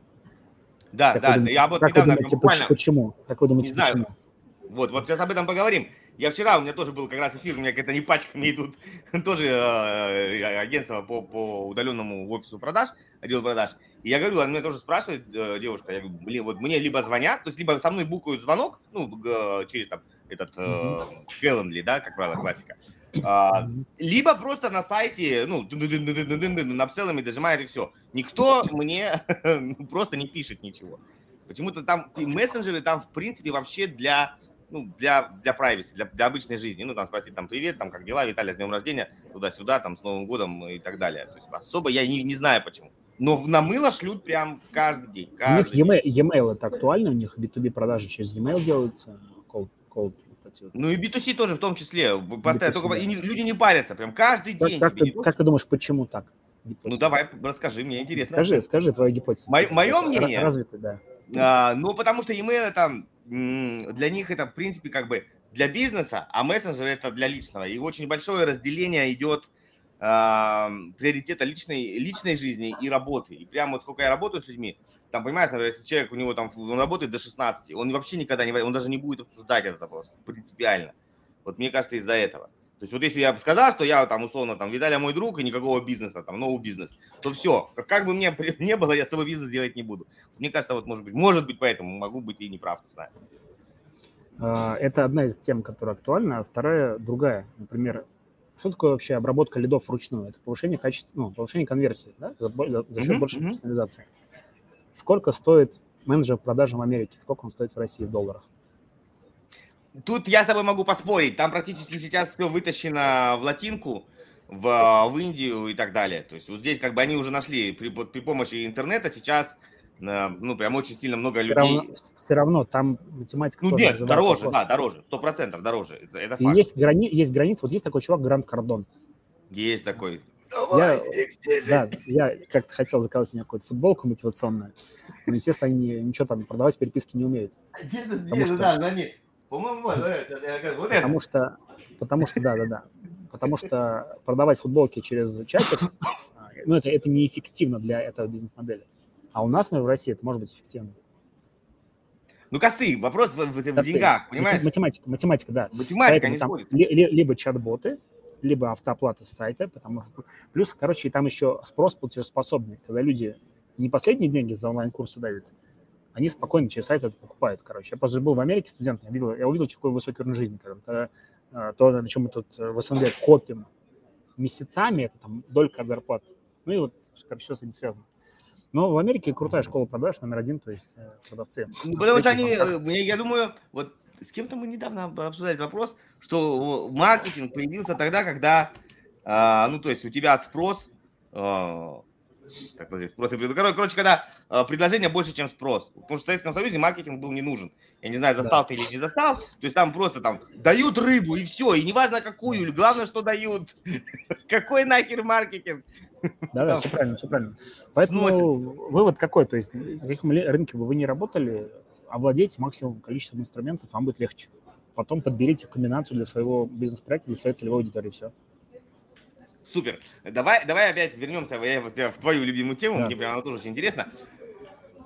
[SPEAKER 1] Да, я вот недавно буквально...
[SPEAKER 2] Почему? Как вы думаете,
[SPEAKER 1] не
[SPEAKER 2] почему?
[SPEAKER 1] Знаю. Вот сейчас об этом поговорим. У меня тоже был как раз эфир, у меня какая-то не пачками идут тоже агентство по удаленному офису продаж, отделу продаж. И я говорю, она меня тоже спрашивает, девушка, я говорю, вот мне либо звонят, то есть либо со мной букают звонок, через там этот Calendly, да, как правило, классика, либо просто на сайте, напселами дожимает и все. Никто мне просто не пишет ничего. Почему-то там мессенджеры там в принципе вообще для privacy, для обычной жизни. Там спросить, там, привет, там, как дела, Виталий, с днем рождения, туда-сюда, там, с Новым годом и так далее. То есть особо я не знаю почему. Но на мыло шлют прям каждый день.
[SPEAKER 2] У них e-mail это актуально, у них B2B продажи через e-mail делаются, cold.
[SPEAKER 1] Ну и B2C тоже в том числе. Постоянно, только люди не парятся, прям каждый день.
[SPEAKER 2] Как ты думаешь, почему так?
[SPEAKER 1] Ну давай, расскажи, мне интересно.
[SPEAKER 2] Скажи твою гипотезу.
[SPEAKER 1] Мое мнение?
[SPEAKER 2] Развитый, да.
[SPEAKER 1] Потому что e-mail это для них это в принципе как бы для бизнеса, а мессенджер это для личного. И очень большое разделение идет приоритета личной жизни и работы. И прямо вот сколько я работаю с людьми, там, понимаешь, например, если человек, у него там, он работает до 16, он вообще никогда он даже не будет обсуждать этот вопрос принципиально. Вот мне кажется, из-за этого. То есть вот если я бы сказал, что я там условно там Виталий мой друг и никакого бизнеса, там новый бизнес, то все, как бы мне не было, я с тобой бизнес делать не буду. Мне кажется, вот может быть поэтому, могу быть и не прав, не знаю.
[SPEAKER 2] Это одна из тем, которая актуальна, а вторая другая. Например, что такое вообще обработка лидов вручную? Это повышение качества, повышение конверсии, да? За счет большей персонализации. Сколько стоит менеджер продажи в Америке? Сколько он стоит в России в долларах?
[SPEAKER 1] Тут я с тобой могу поспорить. Там практически сейчас все вытащено в латинку, в Индию и так далее. То есть вот здесь как бы они уже нашли при помощи интернета сейчас, прям очень сильно много людей.
[SPEAKER 2] Все равно там математика тоже
[SPEAKER 1] нет, дороже, вопрос. Да, дороже, 100% дороже. Это факт.
[SPEAKER 2] Есть граница. Вот есть такой чувак Грант Кардон.
[SPEAKER 1] Есть такой.
[SPEAKER 2] Я как-то хотел заказать мне какую-то футболку мотивационную, но, естественно, они ничего там продавать переписки не умеют.
[SPEAKER 1] По-моему,
[SPEAKER 2] Потому что продавать футболки через чатик, это неэффективно для этого бизнес-модели. А у нас, в России, это может быть эффективно.
[SPEAKER 1] Косты, вопрос в деньгах, понимаешь?
[SPEAKER 2] Математика, да.
[SPEAKER 1] Математика не сходится.
[SPEAKER 2] Либо чат-боты, либо автооплата с сайта, плюс, и там еще спрос платежеспособный, когда люди не последние деньги за онлайн-курсы дают, они спокойно через сайт это покупают, Я просто был в Америке студентом, я увидел, какой высокий уровень жизни, когда то, на чем мы тут в СНГ копим месяцами, это там долька от зарплаты. Все с этим связано. Но в Америке крутая школа продаж, номер 1, то есть продавцы.
[SPEAKER 1] Потому что я думаю, вот с кем-то мы недавно обсуждали вопрос, что маркетинг появился тогда, когда, то есть у тебя спрос, когда предложение больше, чем спрос. Потому что в Советском Союзе маркетинг был не нужен. Я не знаю, застал ты или не застал. То есть там просто дают рыбу и все. И неважно какую, главное, что дают. Какой нахер маркетинг?
[SPEAKER 2] Да, все правильно. Поэтому вывод какой? То есть на каком рынке бы вы не работали, овладейте максимум количеством инструментов, вам будет легче. Потом подберите комбинацию для своего бизнес-проекта, для своей целевой аудитории, все.
[SPEAKER 1] Супер. Давай опять вернемся в твою любимую тему. Да. Мне прям она тоже очень интересна.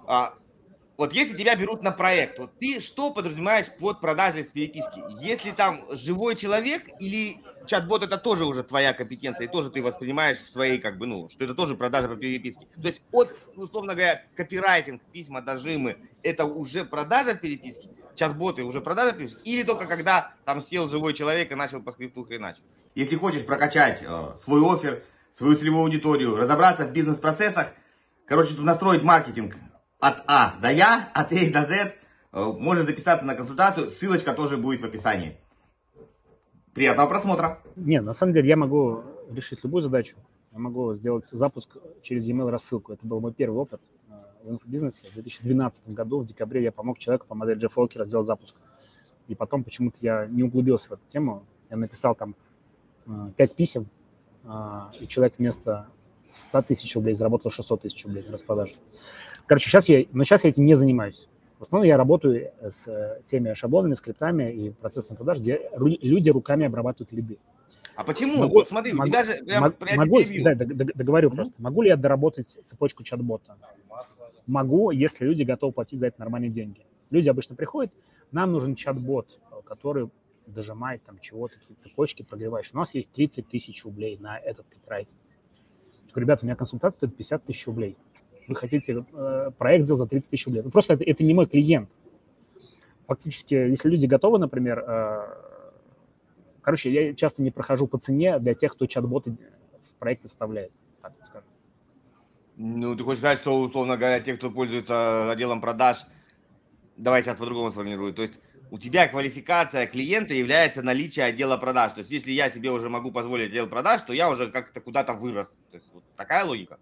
[SPEAKER 1] Вот если тебя берут на проект, вот ты что подразумеваешь под продажей с переписки? Если там живой человек или чат-бот это тоже уже твоя компетенция, и тоже ты воспринимаешь в своей, как бы, ну, что это тоже продажа по переписке. То есть от, условно говоря, копирайтинг, письма, дожимы, это уже продажа в переписке, чат-боты уже продажа в переписке, или только когда там сел живой человек и начал по скрипту хреначить. Если хочешь прокачать свой оффер, свою целевую аудиторию, разобраться в бизнес-процессах, короче, настроить маркетинг от А до Я, от А до З, можно записаться на консультацию, ссылочка тоже будет в описании. Приятного просмотра.
[SPEAKER 2] Не, на самом деле я могу решить любую задачу. Я могу сделать запуск через e-mail рассылку. Это был мой первый опыт в инфобизнесе. В 2012 году, в декабре, я помог человеку по модели Джеффа Уокера сделать запуск. И потом почему-то я не углубился в эту тему. Я написал там 5 писем, и человек вместо 100 тысяч рублей заработал 600 тысяч рублей на распродаже. Короче, сейчас я этим не занимаюсь. В основном я работаю с теми шаблонами, скриптами и процессом продаж, где люди руками обрабатывают лиды.
[SPEAKER 1] А почему? Вот смотри, у тебя же
[SPEAKER 2] договорю просто. Могу ли я доработать цепочку чат-бота? Могу, если люди готовы платить за это нормальные деньги. Люди обычно приходят, нам нужен чат-бот, который дожимает там чего-то, такие цепочки прогреваешь. У нас есть 30 тысяч рублей на этот копирайтинг. Ребята, у меня консультация стоит 50 тысяч рублей. Вы хотите проект сделать за 30 тысяч рублей. Ну, просто это не мой клиент. Фактически, если люди готовы, например... Короче, я часто не прохожу по цене для тех, кто чат-боты в проекты вставляет. Так скажем.
[SPEAKER 1] Ну, ты хочешь сказать, что, условно говоря, те, кто пользуется отделом продаж... Давай сейчас по-другому сформирую. То есть у тебя квалификация клиента является наличие отдела продаж. То есть если я себе уже могу позволить отдел продаж, то я уже как-то куда-то вырос. То есть вот такая логика?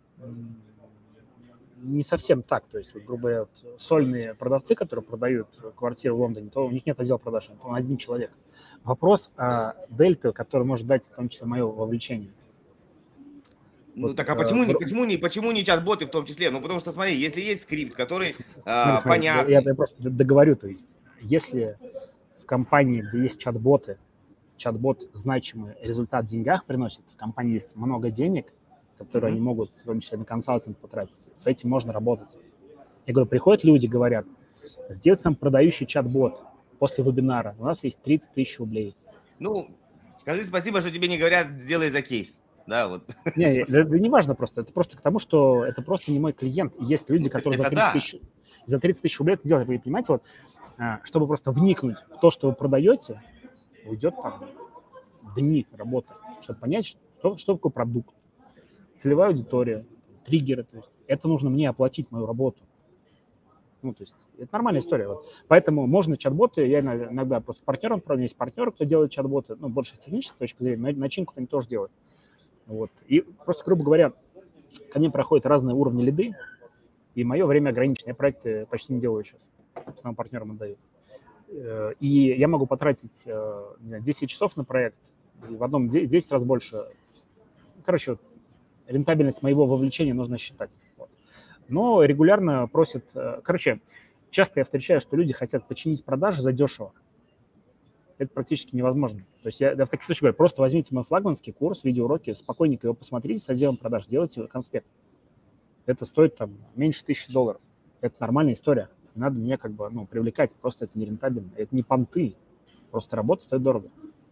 [SPEAKER 2] Не совсем так. То есть, вот, грубо говоря, вот, сольные продавцы, которые продают квартиру в Лондоне, то у них нет отдела продаж, он один человек. Вопрос о дельте, который может дать в том числе мое вовлечение.
[SPEAKER 1] Ну вот, так а почему не чат-боты в том числе? Ну потому что смотри, если есть скрипт, который понятный.
[SPEAKER 2] Я просто договорю, то есть если в компании, где есть чат-боты, чат-бот значимый результат в деньгах приносит, в компании есть много денег, которые они могут, в том числе, на консалтинг потратить, с этим можно работать. Я говорю, приходят люди, говорят, сделайте нам продающий чат-бот после вебинара, у нас есть 30 тысяч рублей.
[SPEAKER 1] Ну, скажи спасибо, что тебе не говорят, сделай за кейс. Да, вот.
[SPEAKER 2] Не, не важно просто. Это просто к тому, что это просто не мой клиент. Есть люди, которые за 30 тысяч рублей это делают. Вы понимаете, вот, чтобы просто вникнуть в то, что вы продаете, уйдет там дни работы, чтобы понять, что такое продукт, целевая аудитория, триггеры. То есть это нужно мне оплатить, мою работу. Ну, то есть это нормальная история. Вот. Поэтому можно чат-боты, я иногда просто партнером, у меня есть партнеры, кто делает чат-боты, ну, больше с технической точки зрения, начинку они тоже делают. Вот. И просто, грубо говоря, ко мне проходят разные уровни лиды, и мое время ограничено. Я проекты почти не делаю сейчас, своим партнерам отдаю. И я могу потратить 10 часов на проект, и в одном 10 раз больше. Короче, вот, рентабельность моего вовлечения нужно считать. Вот. Но регулярно просят... Короче, часто я встречаю, что люди хотят починить продажи задешево. Это практически невозможно. То есть я в таких случаях говорю, просто возьмите мой флагманский курс, видеоуроки, спокойненько его посмотрите с отделом продаж, делайте конспект. Это стоит там меньше $1000. Это нормальная история. Не надо меня как бы привлекать, просто это нерентабельно. Это не понты, просто работа стоит дорого.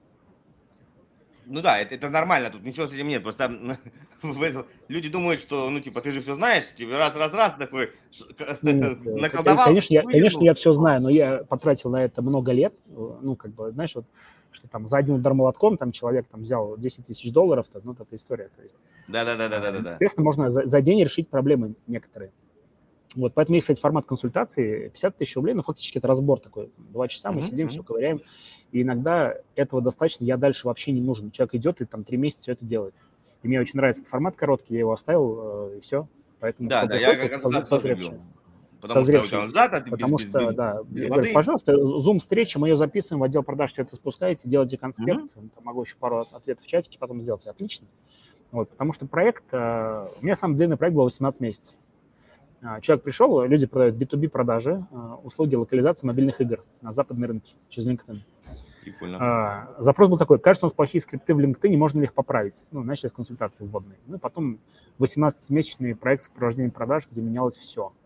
[SPEAKER 1] Ну да, это нормально, тут ничего с этим нет. Просто люди думают, что, ну, типа, ты же все знаешь, типа, раз, такой наколдовал.
[SPEAKER 2] Конечно, я все знаю, но я потратил на это много лет. Ну, как бы, знаешь, вот, что там за один удар молотком там человек там взял $10 тысяч, ну, вот эта история. То есть,
[SPEAKER 1] да.
[SPEAKER 2] Естественно, можно за день решить проблемы некоторые. Вот, поэтому есть, кстати, формат консультации 50 тысяч рублей, но фактически это разбор такой. 2 часа мы сидим, все ковыряем. И иногда этого достаточно, я дальше вообще не нужен. Человек идет и там 3 месяца все это делает. И мне очень нравится этот формат короткий, я его оставил, и все. Поэтому
[SPEAKER 1] да, я как созревший. Потому что,
[SPEAKER 2] да, я говорю, пожалуйста, Zoom-встреча, мы ее записываем, в отдел продаж все это спускаете, делаете конспект, могу еще пару ответов в чатике потом сделать, отлично. Вот, потому что проект, у меня самый длинный проект был 18 месяцев. Человек пришел, люди продают B2B продажи, услуги локализации мобильных игр на западные рынки через LinkedIn.
[SPEAKER 1] Прикольно.
[SPEAKER 2] Запрос был такой, кажется, у нас плохие скрипты в LinkedIn, можно ли их поправить? Ну, начали с консультации вводной. Ну, и потом 18-месячный проект сопровождения продаж, где менялось все, в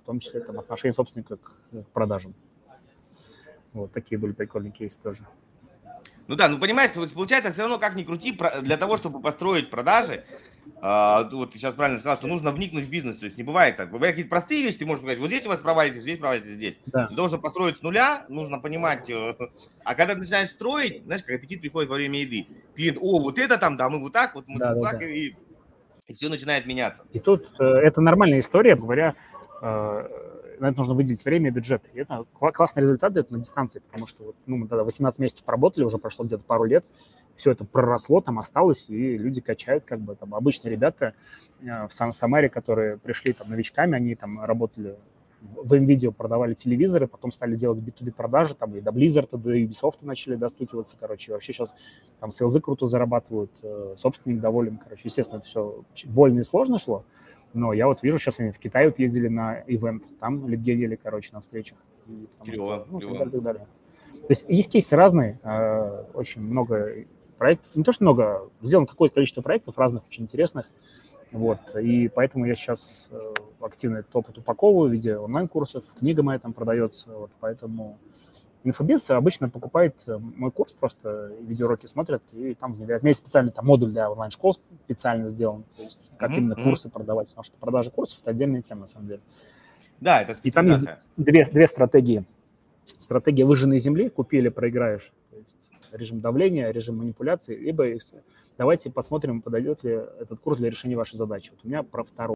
[SPEAKER 2] том числе там отношение собственника к продажам. Вот такие были прикольные кейсы тоже.
[SPEAKER 1] Ну да, ну понимаешь, получается, все равно как ни крути, для того, чтобы построить продажи, вот ты сейчас правильно сказал, что нужно вникнуть в бизнес, то есть не бывает так. Бывают какие-то простые вещи, ты можешь сказать, вот здесь у вас провалится, здесь.
[SPEAKER 2] Да.
[SPEAKER 1] Ты должен построить с нуля, нужно понимать, а когда ты начинаешь строить, знаешь, как аппетит приходит во время еды. Клиент, вот это там, да, мы вот так, вот мы вот так, и все начинает меняться.
[SPEAKER 2] И тут это нормальная история, говоря, на это нужно выделить время и бюджет. И это классный результат дает на дистанции, потому что вот, мы тогда 18 месяцев поработали, уже прошло где-то пару лет, все это проросло, там осталось, и люди качают, как бы там обычные ребята в Самаре, которые пришли там новичками, они там работали в NVIDIA, продавали телевизоры, потом стали делать B2B продажи, там и до Blizzard, до Ubisoft начали достукиваться, короче, вообще сейчас там сейлзы круто зарабатывают, собственник доволен, короче, естественно, это все больно и сложно шло, но я вот вижу, сейчас они в Китае вот ездили на ивент, там лидгенили, короче, на встречах, и так далее. То есть кейсы разные, очень много проектов, не то, что много, сделано какое-то количество проектов разных, очень интересных, вот, и поэтому я сейчас активно этот опыт упаковываю в виде онлайн-курсов, книга моя там продается, вот, поэтому инфобиз обычно покупает мой курс, просто видеоуроки смотрят, и там внедряют. У меня есть специальный там модуль для онлайн-школ специально сделан, то есть как именно курсы продавать, потому что продажа курсов – это отдельная тема, на самом деле.
[SPEAKER 1] Да, это специализация.
[SPEAKER 2] И там есть две стратегии. Стратегия выжженной земли, купи или проиграешь, то есть режим давления, режим манипуляции, либо давайте посмотрим, подойдет ли этот курс для решения вашей задачи. Вот у меня про второе.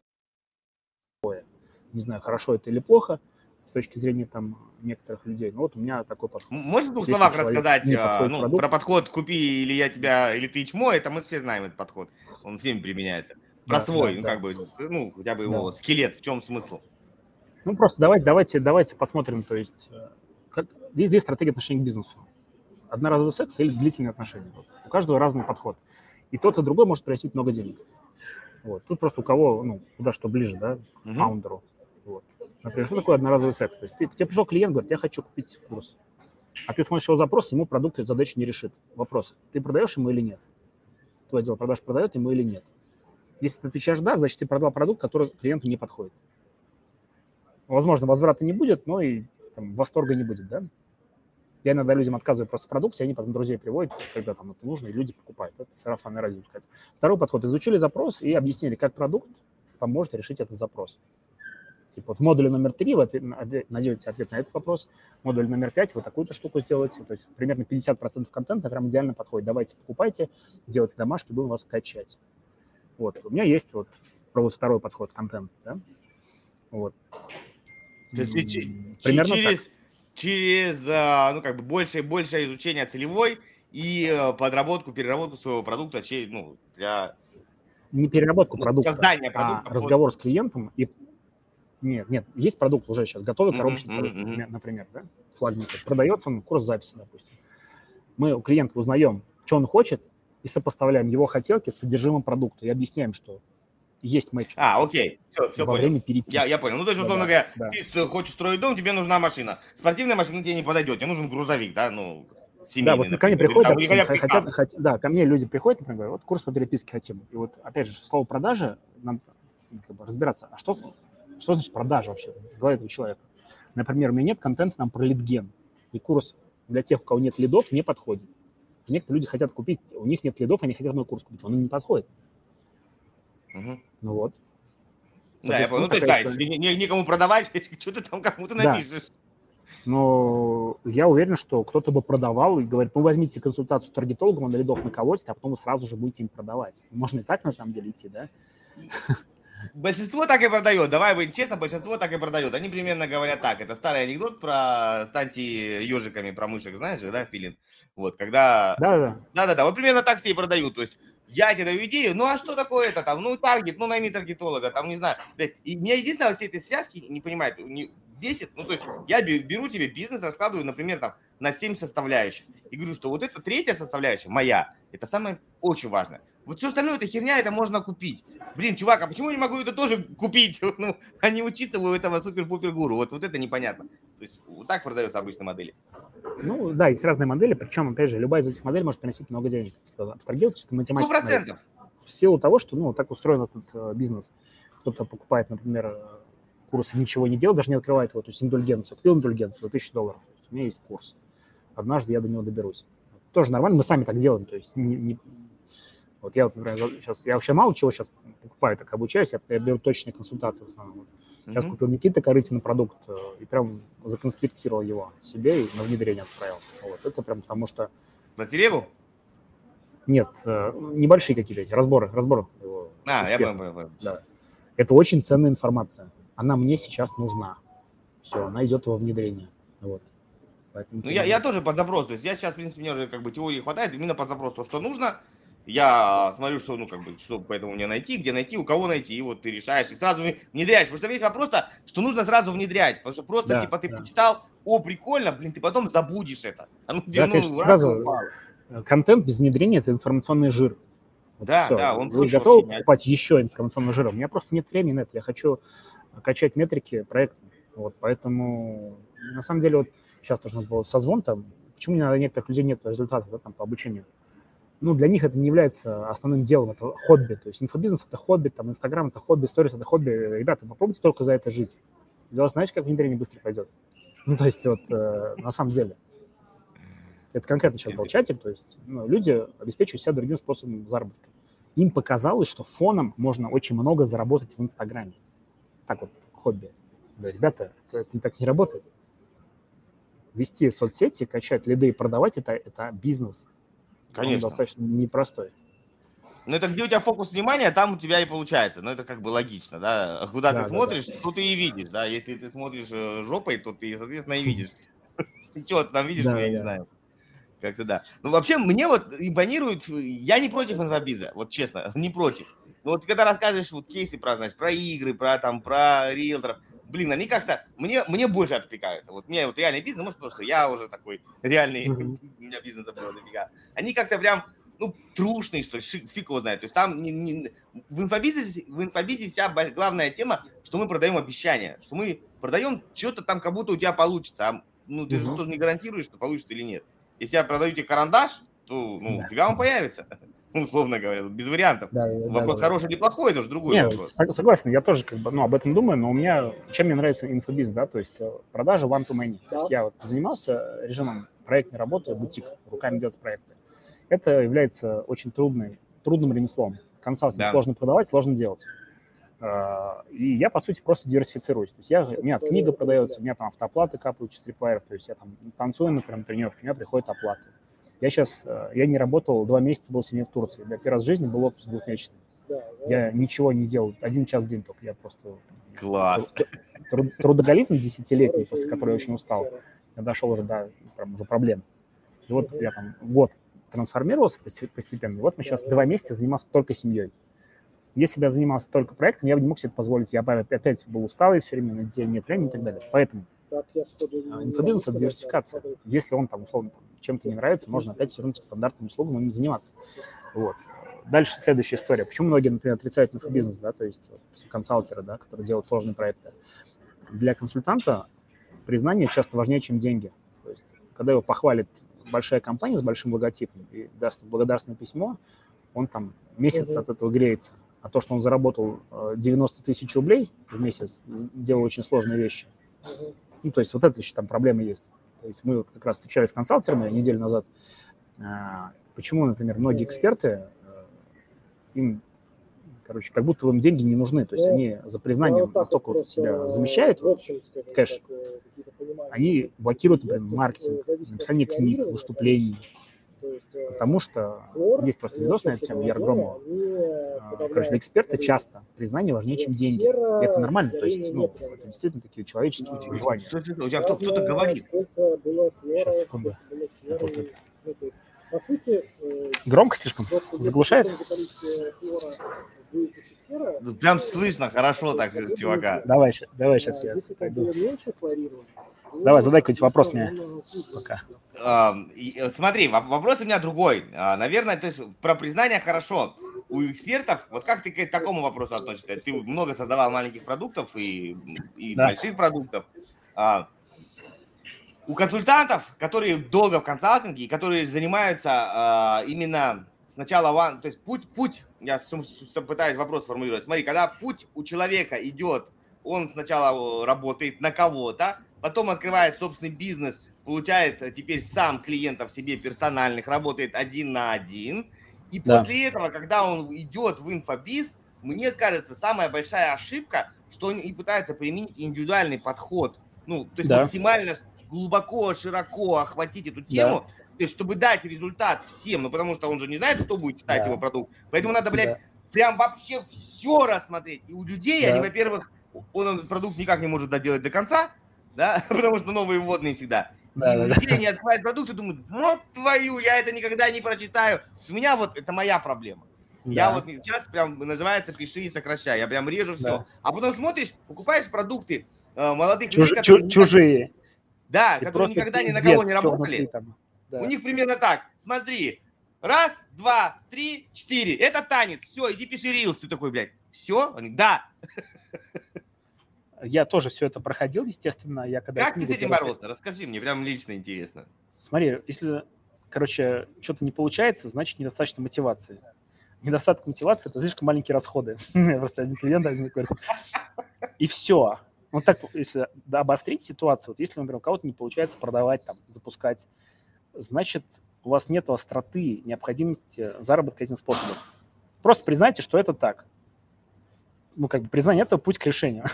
[SPEAKER 2] Не знаю, хорошо это или плохо с точки зрения там некоторых людей, но вот у меня такой подход.
[SPEAKER 1] Можешь в двух словах рассказать про подход «купи» или «я тебя», или «ты чмо», это мы все знаем этот подход, он всеми применяется. Про свой, как бы, хотя бы его скелет, в чем смысл?
[SPEAKER 2] Ну, просто давайте посмотрим, то есть есть две стратегии отношения к бизнесу. Одноразовый секс или длительные отношения. У каждого разный подход. И тот, и другой может приносить много денег. Вот. Тут просто у кого, куда что ближе, да, к фаундеру. Вот. Например, что такое одноразовый секс? То есть к тебе пришел клиент, говорит, я хочу купить курс. А ты смотришь его запрос, ему продукт эту задачу не решит. Вопрос, ты продаешь ему или нет? Твой отдел продаж продает ему или нет? Если ты отвечаешь «да», значит, ты продал продукт, который клиенту не подходит. Возможно, возврата не будет, но и там, восторга не будет, да? Я иногда людям отказываю просто в продукте, они потом друзей приводят, когда там это нужно, и люди покупают. Это сарафанное радио. Второй подход. Изучили запрос и объяснили, как продукт поможет решить этот запрос. Типа вот в модуле номер 3 вы найдете ответ на этот вопрос, модуль номер 5 вы такую-то штуку сделаете. То есть примерно 50% контента прям идеально подходит. Давайте покупайте, делайте домашки, будем вас качать. Вот. У меня есть вот про вот второй подход контент, да? Вот.
[SPEAKER 1] Примерно через большее изучение целевой и подработку, переработку своего продукта для...
[SPEAKER 2] Не переработку продукта,
[SPEAKER 1] создания продукта.
[SPEAKER 2] Разговор с клиентом. Нет, есть продукт уже сейчас, готовый коробочный продукт, например, да, флагман. Продается он курс записи, допустим. Мы у клиента узнаем, что он хочет, и сопоставляем его хотелки с содержимым продукта и объясняем, что есть матч.
[SPEAKER 1] Окей, все
[SPEAKER 2] во время переписки.
[SPEAKER 1] Я понял. Ну, то есть, условно говоря, ты хочешь строить дом, тебе нужна машина. Спортивная машина тебе не подойдет, тебе нужен грузовик, да, семейный.
[SPEAKER 2] Да, вот ко мне приходят, ко мне люди приходят, например, говорят, вот курс по переписке хотим. И вот, опять же, слово продажа, нам разбираться, а что значит продажа вообще в голове этого человека? Например, у меня нет контента нам про лидген, и курс для тех, у кого нет лидов, не подходит. Некоторые люди хотят купить, у них нет лидов, они хотят мой курс купить, он им не подходит. Ну вот.
[SPEAKER 1] Да, я понял. То есть, если никому продавать, что ты там кому-то напишешь.
[SPEAKER 2] Но я уверен, что кто-то бы продавал и говорит, возьмите консультацию таргетолога, он лидов наколотит, а потом вы сразу же будете им продавать. Можно и так, на самом деле, идти, да?
[SPEAKER 1] Большинство так и продает. Давай будем честно, большинство так и продает. Они примерно говорят так. Это старый анекдот про «станьте ежиками», про мышек, знаешь же, да, Филин? Вот, когда... Да. Вот примерно так все и продают. То есть я тебе даю идею, а что такое это там? Таргет, найми таргетолога, там, не знаю. И меня единственное во всей этой связке не понимает, бесит. То есть я беру тебе бизнес, раскладываю, например, там, на 7 составляющих. И говорю, что вот эта третья составляющая, моя, это самое очень важное. Вот все остальное, это херня, это можно купить. Блин, чувак, а почему я не могу это тоже купить? А не учиться у этого супер-пупер-гуру. Вот это непонятно. То есть вот так продаются обычные модели.
[SPEAKER 2] Да, есть разные модели, причем, опять же, любая из этих моделей может приносить много денег. Если абстрагировать, что математика...
[SPEAKER 1] 100%.
[SPEAKER 2] В силу того, что, так устроен этот бизнес. Кто-то покупает, например, курсы, ничего не делает, даже не открывает его, то есть индульгенцию. Купил индульгенцию за $1000. У меня есть курс. Однажды я до него доберусь. Тоже нормально, мы сами так делаем, то есть вот я, вот, например, сейчас, я вообще мало чего сейчас покупаю, так обучаюсь, я беру точные консультации в основном. Сейчас купил Никита Корытина продукт и прям законспектировал его себе и на внедрение отправил. Вот. Это прям потому что...
[SPEAKER 1] На телегу?
[SPEAKER 2] Нет, небольшие какие-то эти разборы его.
[SPEAKER 1] Я понял.
[SPEAKER 2] Да. Это очень ценная информация. Она мне сейчас нужна. Все, она идет во внедрение. Вот.
[SPEAKER 1] Поэтому я тоже под запрос. То есть я сейчас, в принципе, мне уже как бы теории хватает, именно под запрос то, что нужно. Я смотрю, что, что поэтому мне найти, где найти, у кого найти, и вот ты решаешь, и сразу внедряешь. Потому что весь вопрос-то, что нужно сразу внедрять. Потому что просто, ты почитал, прикольно, ты потом забудешь это.
[SPEAKER 2] Конечно, сразу контент без внедрения – это информационный жир. Вот
[SPEAKER 1] он
[SPEAKER 2] вы готовы покупать еще информационный жир? У меня просто нет времени на это. Я хочу качать метрики проекта. Вот, поэтому, на самом деле, вот сейчас тоже у нас был созвон там, почему у некоторых людей нет результатов там, по обучению? Для них это не является основным делом, это хобби. То есть инфобизнес – это хобби, там, Инстаграм – это хобби, сторис – это хобби. Ребята, попробуйте только за это жить. И у вас, знаете, как внедрение быстро пойдет? То есть вот на самом деле. Это конкретно сейчас был чатик, то есть люди обеспечивают себя другим способом заработка. Им показалось, что фоном можно очень много заработать в Инстаграме. Так вот, хобби. Да, ребята, это так не работает. Вести соцсети, качать лиды и продавать – это бизнес.
[SPEAKER 1] Конечно.
[SPEAKER 2] Он достаточно непростой.
[SPEAKER 1] Это где у тебя фокус внимания, там у тебя и получается. Это как бы логично, да. Куда ты смотришь, то ты и видишь, да. Если ты смотришь жопой, то ты, соответственно, и видишь. Чего ты там видишь, я не знаю. Как-то да. Вообще, мне вот импонирует, я не против инфобиза, вот честно, не против. Но вот когда рассказываешь вот кейсы про игры, про риэлторов, они как-то мне больше откликаются. Вот мне вот реальный бизнес, может, потому что я уже такой реальный, у меня бизнес был дофига. Они как-то прям, трушные, что ли, фиг его знает. То есть там в инфобизе вся главная тема, что мы продаем обещания, что мы продаем что-то там, как будто у тебя получится. Ты же тоже не гарантируешь, что получится или нет. Если я продаю тебе карандаш, то у тебя он появится. Условно говоря, без вариантов. Вопрос хороший или плохой, это же другой вопрос.
[SPEAKER 2] Согласен, я тоже об этом думаю, но чем мне нравится инфобиз, да, то есть продажа one-to-many. То есть я вот занимался режимом проектной работы, бутик, руками делать проекты. Это является очень трудным ремеслом. Консалтинг сложно продавать, сложно делать. И я, по сути, просто диверсифицируюсь. То есть у меня книга продается, у меня там автооплаты капают через триплайеров, то есть я там танцую, например, на тренировке, у меня приходят оплаты. Я не работал, 2 месяца был семье в Турции. Я первый раз в жизни был отпуск 2-месячный. Я ничего не делал, 1 час в день только. Я просто...
[SPEAKER 1] Класс.
[SPEAKER 2] Трудоголизм 10-летний, после которого я очень устал. Я дошел уже до уже проблем. И вот я там год трансформировался постепенно. И вот мы сейчас 2 месяца занимался только семьей. Если бы я занимался только проектом, я бы не мог себе это позволить. Я бы опять был усталый все время, на неделю нет времени и так далее. Поэтому инфобизнес – это диверсификация. Если он там, условно, чем-то не нравится, можно опять вернуться к стандартным услугам и им заниматься. Вот. Дальше следующая история. Почему многие, например, отрицают инфобизнес, да, то есть консалтеры, да, которые делают сложные проекты. Для консультанта признание часто важнее, чем деньги. То есть, когда его похвалит большая компания с большим логотипом и даст благодарственное письмо, он там месяц от этого греется. А то, что он заработал 90 тысяч рублей в месяц, делал очень сложные вещи. То есть вот это еще там проблемы есть. То есть мы как раз встречались с консалтерами неделю назад. Почему, например, многие эксперты, им, как будто им деньги не нужны. То есть они за признанием настолько вот себя замещают, кэш, они блокируют, например, маркетинг, написание книг, выступлений. Потому что есть просто видос на эту тему, Яр Громова. Для эксперта часто признание важнее, чем деньги. И это нормально, то есть, это действительно такие человеческие желания.
[SPEAKER 1] У тебя кто-то говорит.
[SPEAKER 2] Сейчас, секунду. Громко слишком? Заглушает?
[SPEAKER 1] Прям слышно хорошо так, чувака.
[SPEAKER 2] Давай сейчас я пойду. Давай, задай какой-нибудь вопрос мне пока.
[SPEAKER 1] Смотри, вопрос у меня другой. Наверное, то есть про признание хорошо. У экспертов, вот как ты к такому вопросу относишься? Ты много создавал маленьких продуктов и больших продуктов. У консультантов, которые долго в консалтинге и которые занимаются именно сначала, то есть путь, я пытаюсь вопрос сформулировать. Смотри, когда путь у человека идет он сначала работает на кого-то, потом открывает собственный бизнес, получает теперь сам клиентов себе персональных, работает 1 на 1. И после этого, когда он идет в инфобиз, мне кажется, самая большая ошибка, что он и пытается применить индивидуальный подход. Ну, то есть максимально глубоко, широко охватить эту тему, то есть чтобы дать результат всем, ну потому что он же не знает, кто будет читать его продукт. Поэтому надо, блядь, прям вообще все рассмотреть. И у людей, они, во-первых, он этот продукт никак не может доделать до конца, да, потому что новые вводные всегда. И у людей они открывают продукт и думают, вот твою, я это никогда не прочитаю. У меня вот, это моя проблема. Я вот сейчас прям, называется, пиши и сокращай. Я прям режу все. А потом смотришь, покупаешь продукты молодых людей, которые...
[SPEAKER 2] Чужие.
[SPEAKER 1] Да, которые никогда ни на кого не работали. У них примерно так. Смотри, 1, 2, 3, 4. Это танец. Все, иди пиши рилс. Ты такой, блядь, все? Да.
[SPEAKER 2] Я тоже все это проходил, естественно. Я когда
[SPEAKER 1] как ты с этим боролся? Расскажи мне, прям лично интересно.
[SPEAKER 2] Смотри, если, короче, что-то не получается, значит, недостаточно мотивации. Недостаток мотивации – это слишком маленькие расходы. Просто один клиент говорит. И все. Вот так, если обострить ситуацию, вот если, например, у кого-то не получается продавать, там, запускать, значит, у вас нет остроты, необходимости заработка этим способом. Просто признайте, что это так. Ну, как бы признание – это путь к решению.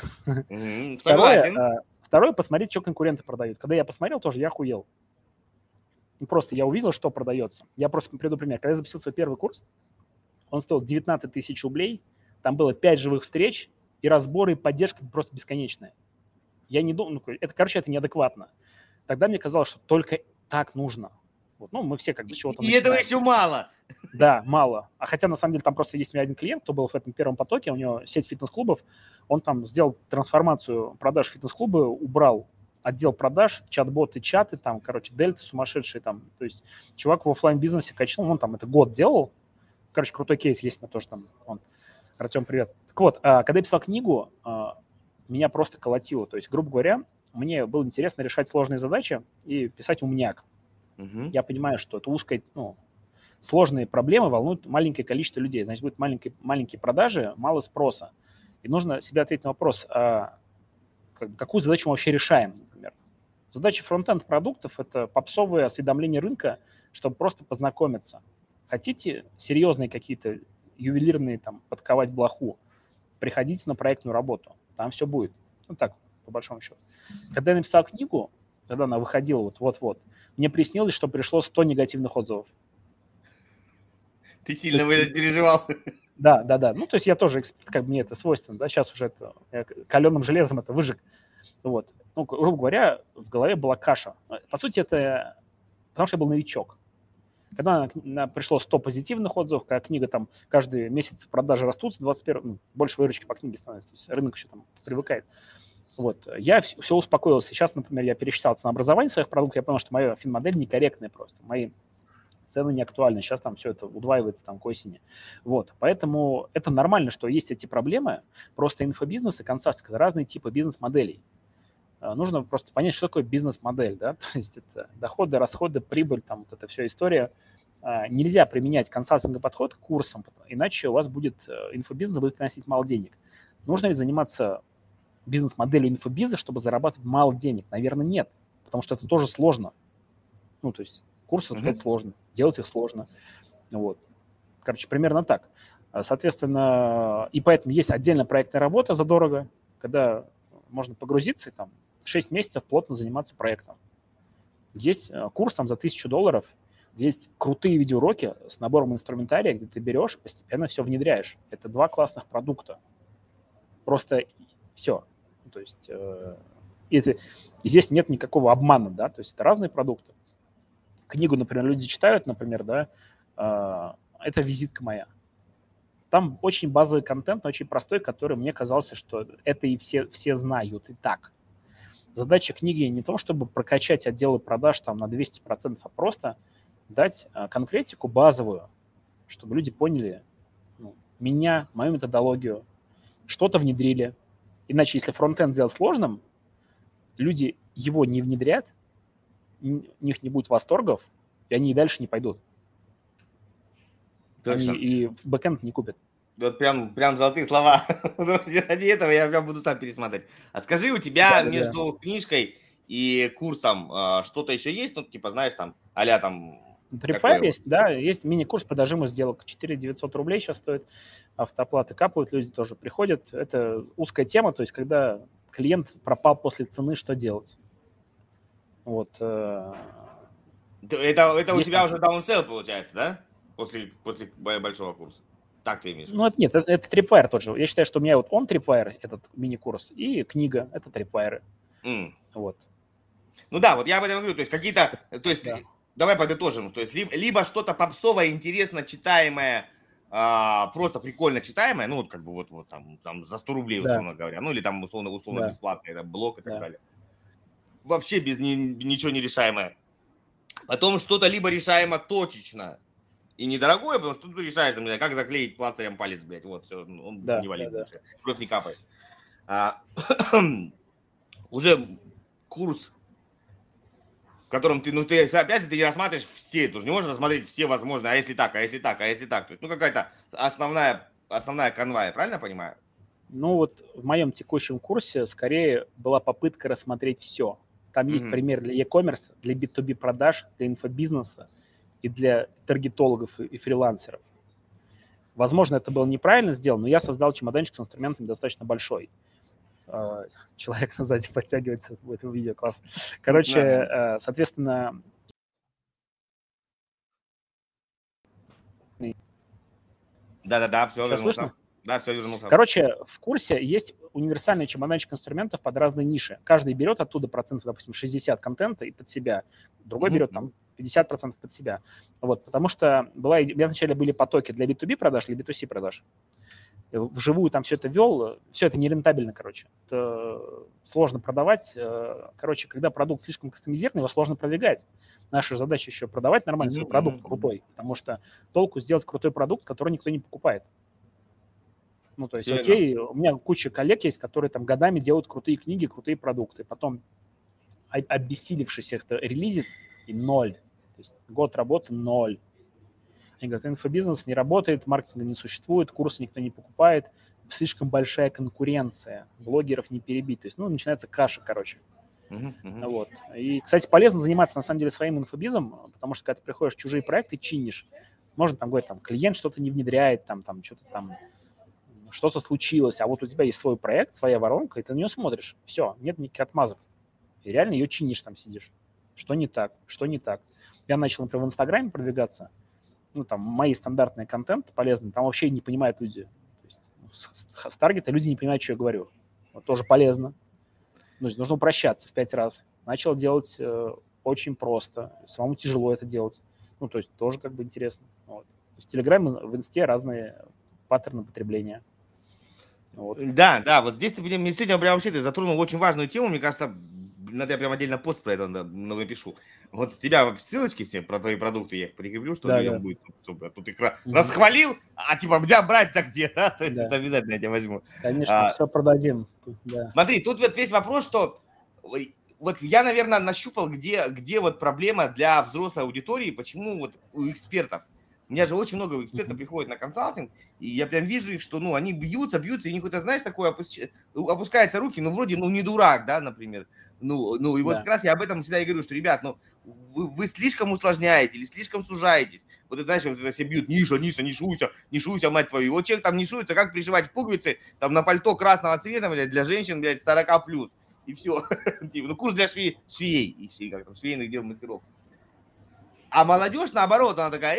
[SPEAKER 2] Второе, посмотреть, что конкуренты продают. Когда я посмотрел, тоже я охуел. Просто я увидел, что продается. Я просто приведу пример. Когда я запустил свой первый курс, он стоил 19 тысяч рублей, там было 5 живых встреч, и разборы, и поддержка просто бесконечная. Я не думал, это, короче, это неадекватно. Тогда мне казалось, что только так нужно. Вот, ну, мы все как бы с чего-то начинаем.
[SPEAKER 1] Этого еще мало.
[SPEAKER 2] Да, мало. А хотя, на самом деле, там просто есть у меня один клиент, кто был в этом первом потоке, у него сеть фитнес-клубов, он там сделал трансформацию продаж фитнес-клуба, убрал отдел продаж, чат-боты, чаты, там, короче, дельты сумасшедшие там. То есть чувак в офлайн-бизнесе качнул, он там это год делал. Короче, крутой кейс есть у меня тоже там. Артем, привет. Так вот, когда я писал книгу, меня просто колотило. То есть, грубо говоря, мне было интересно решать сложные задачи и писать умняк. Я понимаю, что это узкая, сложные проблемы волнуют маленькое количество людей. Значит, будут маленькие продажи, мало спроса. И нужно себе ответить на вопрос, какую задачу мы вообще решаем, например. Задача фронт-энд продуктов – это попсовое осведомление рынка, чтобы просто познакомиться. Хотите серьезные какие-то ювелирные, там, подковать блоху, приходите на проектную работу, там все будет. Ну так, по большому счету. Когда я написал книгу, когда она выходила вот-вот, мне приснилось, что пришло 100 негативных отзывов.
[SPEAKER 1] Ты сильно переживал.
[SPEAKER 2] Да. Ну, то есть я тоже, как мне это свойственно, да, сейчас уже это каленым железом это выжег. Вот. Ну, грубо говоря, в голове была каша. По сути, это потому что я был новичок. Когда пришло 100 позитивных отзывов, когда книга там каждый месяц продажи растут, с 21 больше выручки по книге становится, то есть рынок еще там привыкает. Вот. Я все успокоился. Сейчас, например, я пересчитал ценообразование своих продуктов, я понял, что моя финмодель некорректная просто. Мои цены не актуальны. Сейчас там все это удваивается там к осени. Вот. Поэтому это нормально, что есть эти проблемы. Просто инфобизнес и консалтинг – это разные типы бизнес-моделей. Нужно просто понять, что такое бизнес-модель, да, то есть это доходы, расходы, прибыль, там вот эта вся история. Нельзя применять консалтинговый подход к курсам, иначе у вас будет инфобизнес будет приносить мало денег. Нужно ли заниматься бизнес-моделью инфобиза, чтобы зарабатывать мало денег? Наверное, нет, потому что это тоже сложно. Ну, то есть курсы запускать сложно, делать их сложно. Вот. Короче, примерно так. Соответственно, и поэтому есть отдельная проектная работа задорого, когда можно погрузиться и там 6 месяцев плотно заниматься проектом. Есть курс там за $1000, где есть крутые видеоуроки с набором инструментария, где ты берешь, постепенно все внедряешь. Это 2 классных продукта. Просто все. То есть и здесь нет никакого обмана, да, то есть это разные продукты. Книгу, например, люди читают, например, да, это визитка моя. Там очень базовый контент, но очень простой, который мне казался, что это и все знают и так. Задача книги не то, чтобы прокачать отделы продаж там на 200%, а просто дать конкретику базовую, чтобы люди поняли меня, мою методологию, что-то внедрили. Иначе, если фронт-энд сделать сложным, люди его не внедрят, у них не будет восторгов, и они и дальше не пойдут. Точно. Они и в бэкэнд не купят.
[SPEAKER 1] Вот прям золотые слова. Ради этого я прям буду сам пересматривать. А скажи, у тебя
[SPEAKER 2] Да.
[SPEAKER 1] между книжкой и курсом что-то еще есть? Ну, типа, знаешь, там, а-ля там
[SPEAKER 2] Tripwire
[SPEAKER 1] такое вот.
[SPEAKER 2] есть, да, есть мини-курс по дожиму сделок. 4900 рублей сейчас стоит, автооплаты капают, люди тоже приходят. Это узкая тема, то есть когда клиент пропал после цены, что делать? Вот.
[SPEAKER 1] Это у
[SPEAKER 2] Есть
[SPEAKER 1] тебя
[SPEAKER 2] там
[SPEAKER 1] уже даунсейл получается, да? После большого курса. Так ты имеешь в виду?
[SPEAKER 2] Ну, это нет, это Tripwire тот же. Я считаю, что у меня вот он Tripwire, этот мини-курс, и книга — это Tripwire. Вот.
[SPEAKER 1] Ну да, вот я об этом говорю. То есть какие-то, то есть
[SPEAKER 2] Да.
[SPEAKER 1] давай подытожим. То есть либо что-то попсовое, интересно читаемое, просто прикольно читаемое, ну вот как бы вот там за 100 рублей,
[SPEAKER 2] Да.
[SPEAKER 1] условно говоря, ну или там условно
[SPEAKER 2] Да.
[SPEAKER 1] бесплатный это блог и так
[SPEAKER 2] Да.
[SPEAKER 1] далее. Вообще без ничего не решаемое. Потом что-то либо решаемо точечно и недорогое, потому что ты решаешь, например, как заклеить пластырем палец, блядь, вот, все, он
[SPEAKER 2] Да,
[SPEAKER 1] не валит
[SPEAKER 2] да.
[SPEAKER 1] больше, кровь не капает. Уже курс, в котором ты, ну, ты опять же, ты не рассматриваешь все, ты же не можешь рассмотреть все возможные, а если так, а если так, а если так. То есть, ну, какая-то основная канва, я правильно понимаю?
[SPEAKER 2] Ну вот в моем текущем курсе скорее была попытка рассмотреть все. Там есть пример для e-commerce, для B2B продаж, для инфобизнеса и для таргетологов и фрилансеров. Возможно, это было неправильно сделано, но я создал чемоданчик с инструментами достаточно большой. Человек сзади подтягивается в этом видео, классно. Короче, соответственно...
[SPEAKER 1] Да, все
[SPEAKER 2] Сейчас
[SPEAKER 1] вернулся.
[SPEAKER 2] слышно?
[SPEAKER 1] Да, все вернулся.
[SPEAKER 2] Короче, в курсе есть универсальный чемоданчик инструментов под разные ниши. Каждый берет оттуда процентов, допустим, 60 контента и под себя. Другой берет там 50% под себя. Вот, потому что у меня вначале были потоки для B2B продаж, для B2C продаж. Вживую там все это вел, все это нерентабельно, короче. Это сложно продавать. Короче, когда продукт слишком кастомизированный, его сложно продвигать. Наша задача еще продавать нормально свой продукт крутой, потому что толку сделать крутой продукт, который никто не покупает. Ну, то есть, окей, у меня куча коллег есть, которые там годами делают крутые книги, крутые продукты. Потом, обессилившись, их релизит, и ноль. То есть год работы – ноль. Они говорят, инфобизнес не работает, маркетинга не существует, курсы никто не покупает, слишком большая конкуренция, блогеров не перебить. То есть, ну, начинается каша, короче. Вот. И, кстати, полезно заниматься, на самом деле, своим инфобизом, потому что, когда ты приходишь в чужие проекты, чинишь, можно там говорить, там, клиент что-то не внедряет, там что-то там, что-то случилось, а вот у тебя есть свой проект, своя воронка, и ты на нее смотришь. Все, нет никаких отмазок. И реально ее чинишь, там сидишь. Что не так, что не так. Я начал, например, в Инстаграме продвигаться, ну, там, мои стандартные контенты полезные, там вообще не понимают люди. То есть, с таргета люди не понимают, что я говорю. Вот тоже полезно. Ну, нужно упрощаться в 5 раз. Начал делать очень просто. Самому тяжело это делать. Ну, то есть тоже как бы интересно. Вот. То есть в Телеграме, в Инсте разные паттерны потребления.
[SPEAKER 1] Вот. Да, вот здесь ты мне сегодня прям вообще ты затронул очень важную тему, мне кажется, надо я прям отдельно пост про это напишу. Вот с тебя ссылочки все про твои продукты я их прикреплю, что людям будет, тут их расхвалил, а типа, брать-то где, да? То есть это обязательно я тебя возьму.
[SPEAKER 2] Конечно, все продадим. Да.
[SPEAKER 1] Смотри, тут вот весь вопрос, что вот я, наверное, нащупал, где вот проблема для взрослой аудитории, почему вот у экспертов. У меня же очень много экспертов приходит на консалтинг, и я прям вижу их, что, ну, они бьются, и у них это, знаешь, такое опускаются руки, ну, вроде, ну, не дурак, да, например. Ну, и вот как раз я об этом всегда и говорю, что, ребят, ну, вы слишком усложняете или слишком сужаетесь. Вот это, знаешь, вот это все бьют, ниша, не шуйся, мать твою. Вот человек там не шуется, как пришивать пуговицы, там, на пальто красного цвета, блядь, для женщин, блядь, 40+. И все. Ну, курс для швей, как там, швейных дел, мастеров. А молодежь, наоборот, она такая,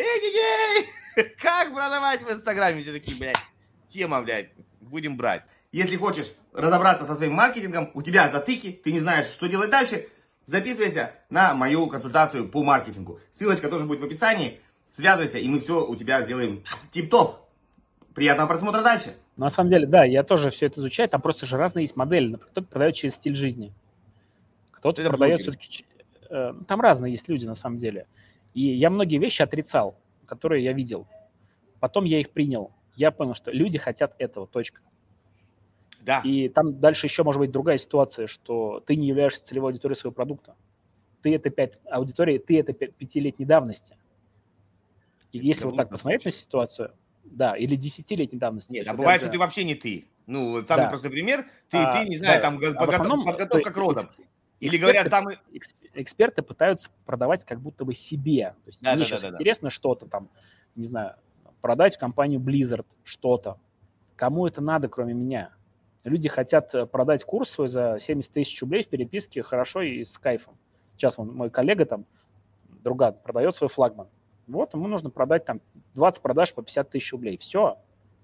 [SPEAKER 1] как продавать в Инстаграме? Все такие, блядь, тема, блядь, будем брать. Если хочешь разобраться со своим маркетингом, у тебя затыки, ты не знаешь, что делать дальше, записывайся на мою консультацию по маркетингу. Ссылочка тоже будет в описании. Связывайся, и мы все у тебя сделаем тип-топ. Приятного просмотра дальше.
[SPEAKER 2] На самом деле, да, я тоже все это изучаю. Там просто же разные есть модели. Кто-то продает через стиль жизни. Кто-то продает все-таки... Там разные есть люди, на самом деле. И я многие вещи отрицал, которые я видел. Потом я их принял. Я понял, что люди хотят этого, точка.
[SPEAKER 1] Да.
[SPEAKER 2] И там дальше еще может быть другая ситуация, что ты не являешься целевой аудиторией своего продукта. Ты это 5-летней давности. И если вот так посмотреть на ситуацию, Да, или 10-летней давности.
[SPEAKER 1] Нет,
[SPEAKER 2] То есть
[SPEAKER 1] а
[SPEAKER 2] вот
[SPEAKER 1] бывает,
[SPEAKER 2] я,
[SPEAKER 1] что ты вообще не ты. Ну, вот самый
[SPEAKER 2] да,
[SPEAKER 1] простой пример. Ты не знаю,
[SPEAKER 2] да,
[SPEAKER 1] там
[SPEAKER 2] а в основном, то
[SPEAKER 1] подготовка
[SPEAKER 2] есть
[SPEAKER 1] к родам. Или говорят
[SPEAKER 2] эксперты,
[SPEAKER 1] самый...
[SPEAKER 2] эксперты пытаются продавать как будто бы себе. То есть мне сейчас
[SPEAKER 1] Да-да-да-да-да.
[SPEAKER 2] интересно что-то там, не знаю, продать в компанию Blizzard что-то. Кому это надо, кроме меня? Люди хотят продать курс свой за 70 тысяч рублей в переписке хорошо и с кайфом. Сейчас мой коллега там, друган, продает свой флагман. Вот, ему нужно продать там 20 продаж по 50 тысяч рублей. Все.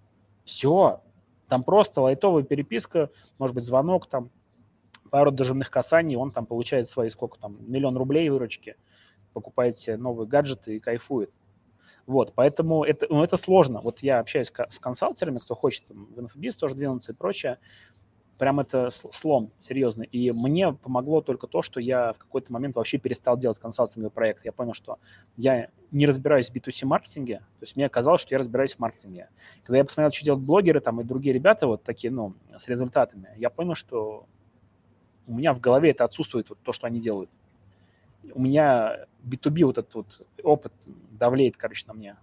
[SPEAKER 2] Все. Там просто лайтовая переписка, может быть, звонок, там пару дожимных касаний, он там получает свои сколько там, 1 000 000 рублей выручки, покупает себе новые гаджеты и кайфует. Вот, поэтому это сложно. Вот я общаюсь с консалтерами, кто хочет там, в инфобиз тоже двинуться и прочее. Прям это слом серьезный. И мне помогло только то, что я в какой-то момент вообще перестал делать консалтинговый проект. Я понял, что я не разбираюсь в B2C-маркетинге, то есть мне казалось, что я разбираюсь в маркетинге. Когда я посмотрел, что делают блогеры там и другие ребята вот такие, ну, с результатами, я понял, что у меня в голове это отсутствует, вот то, что они делают. У меня B2B вот этот вот опыт давлеет, короче, на мне.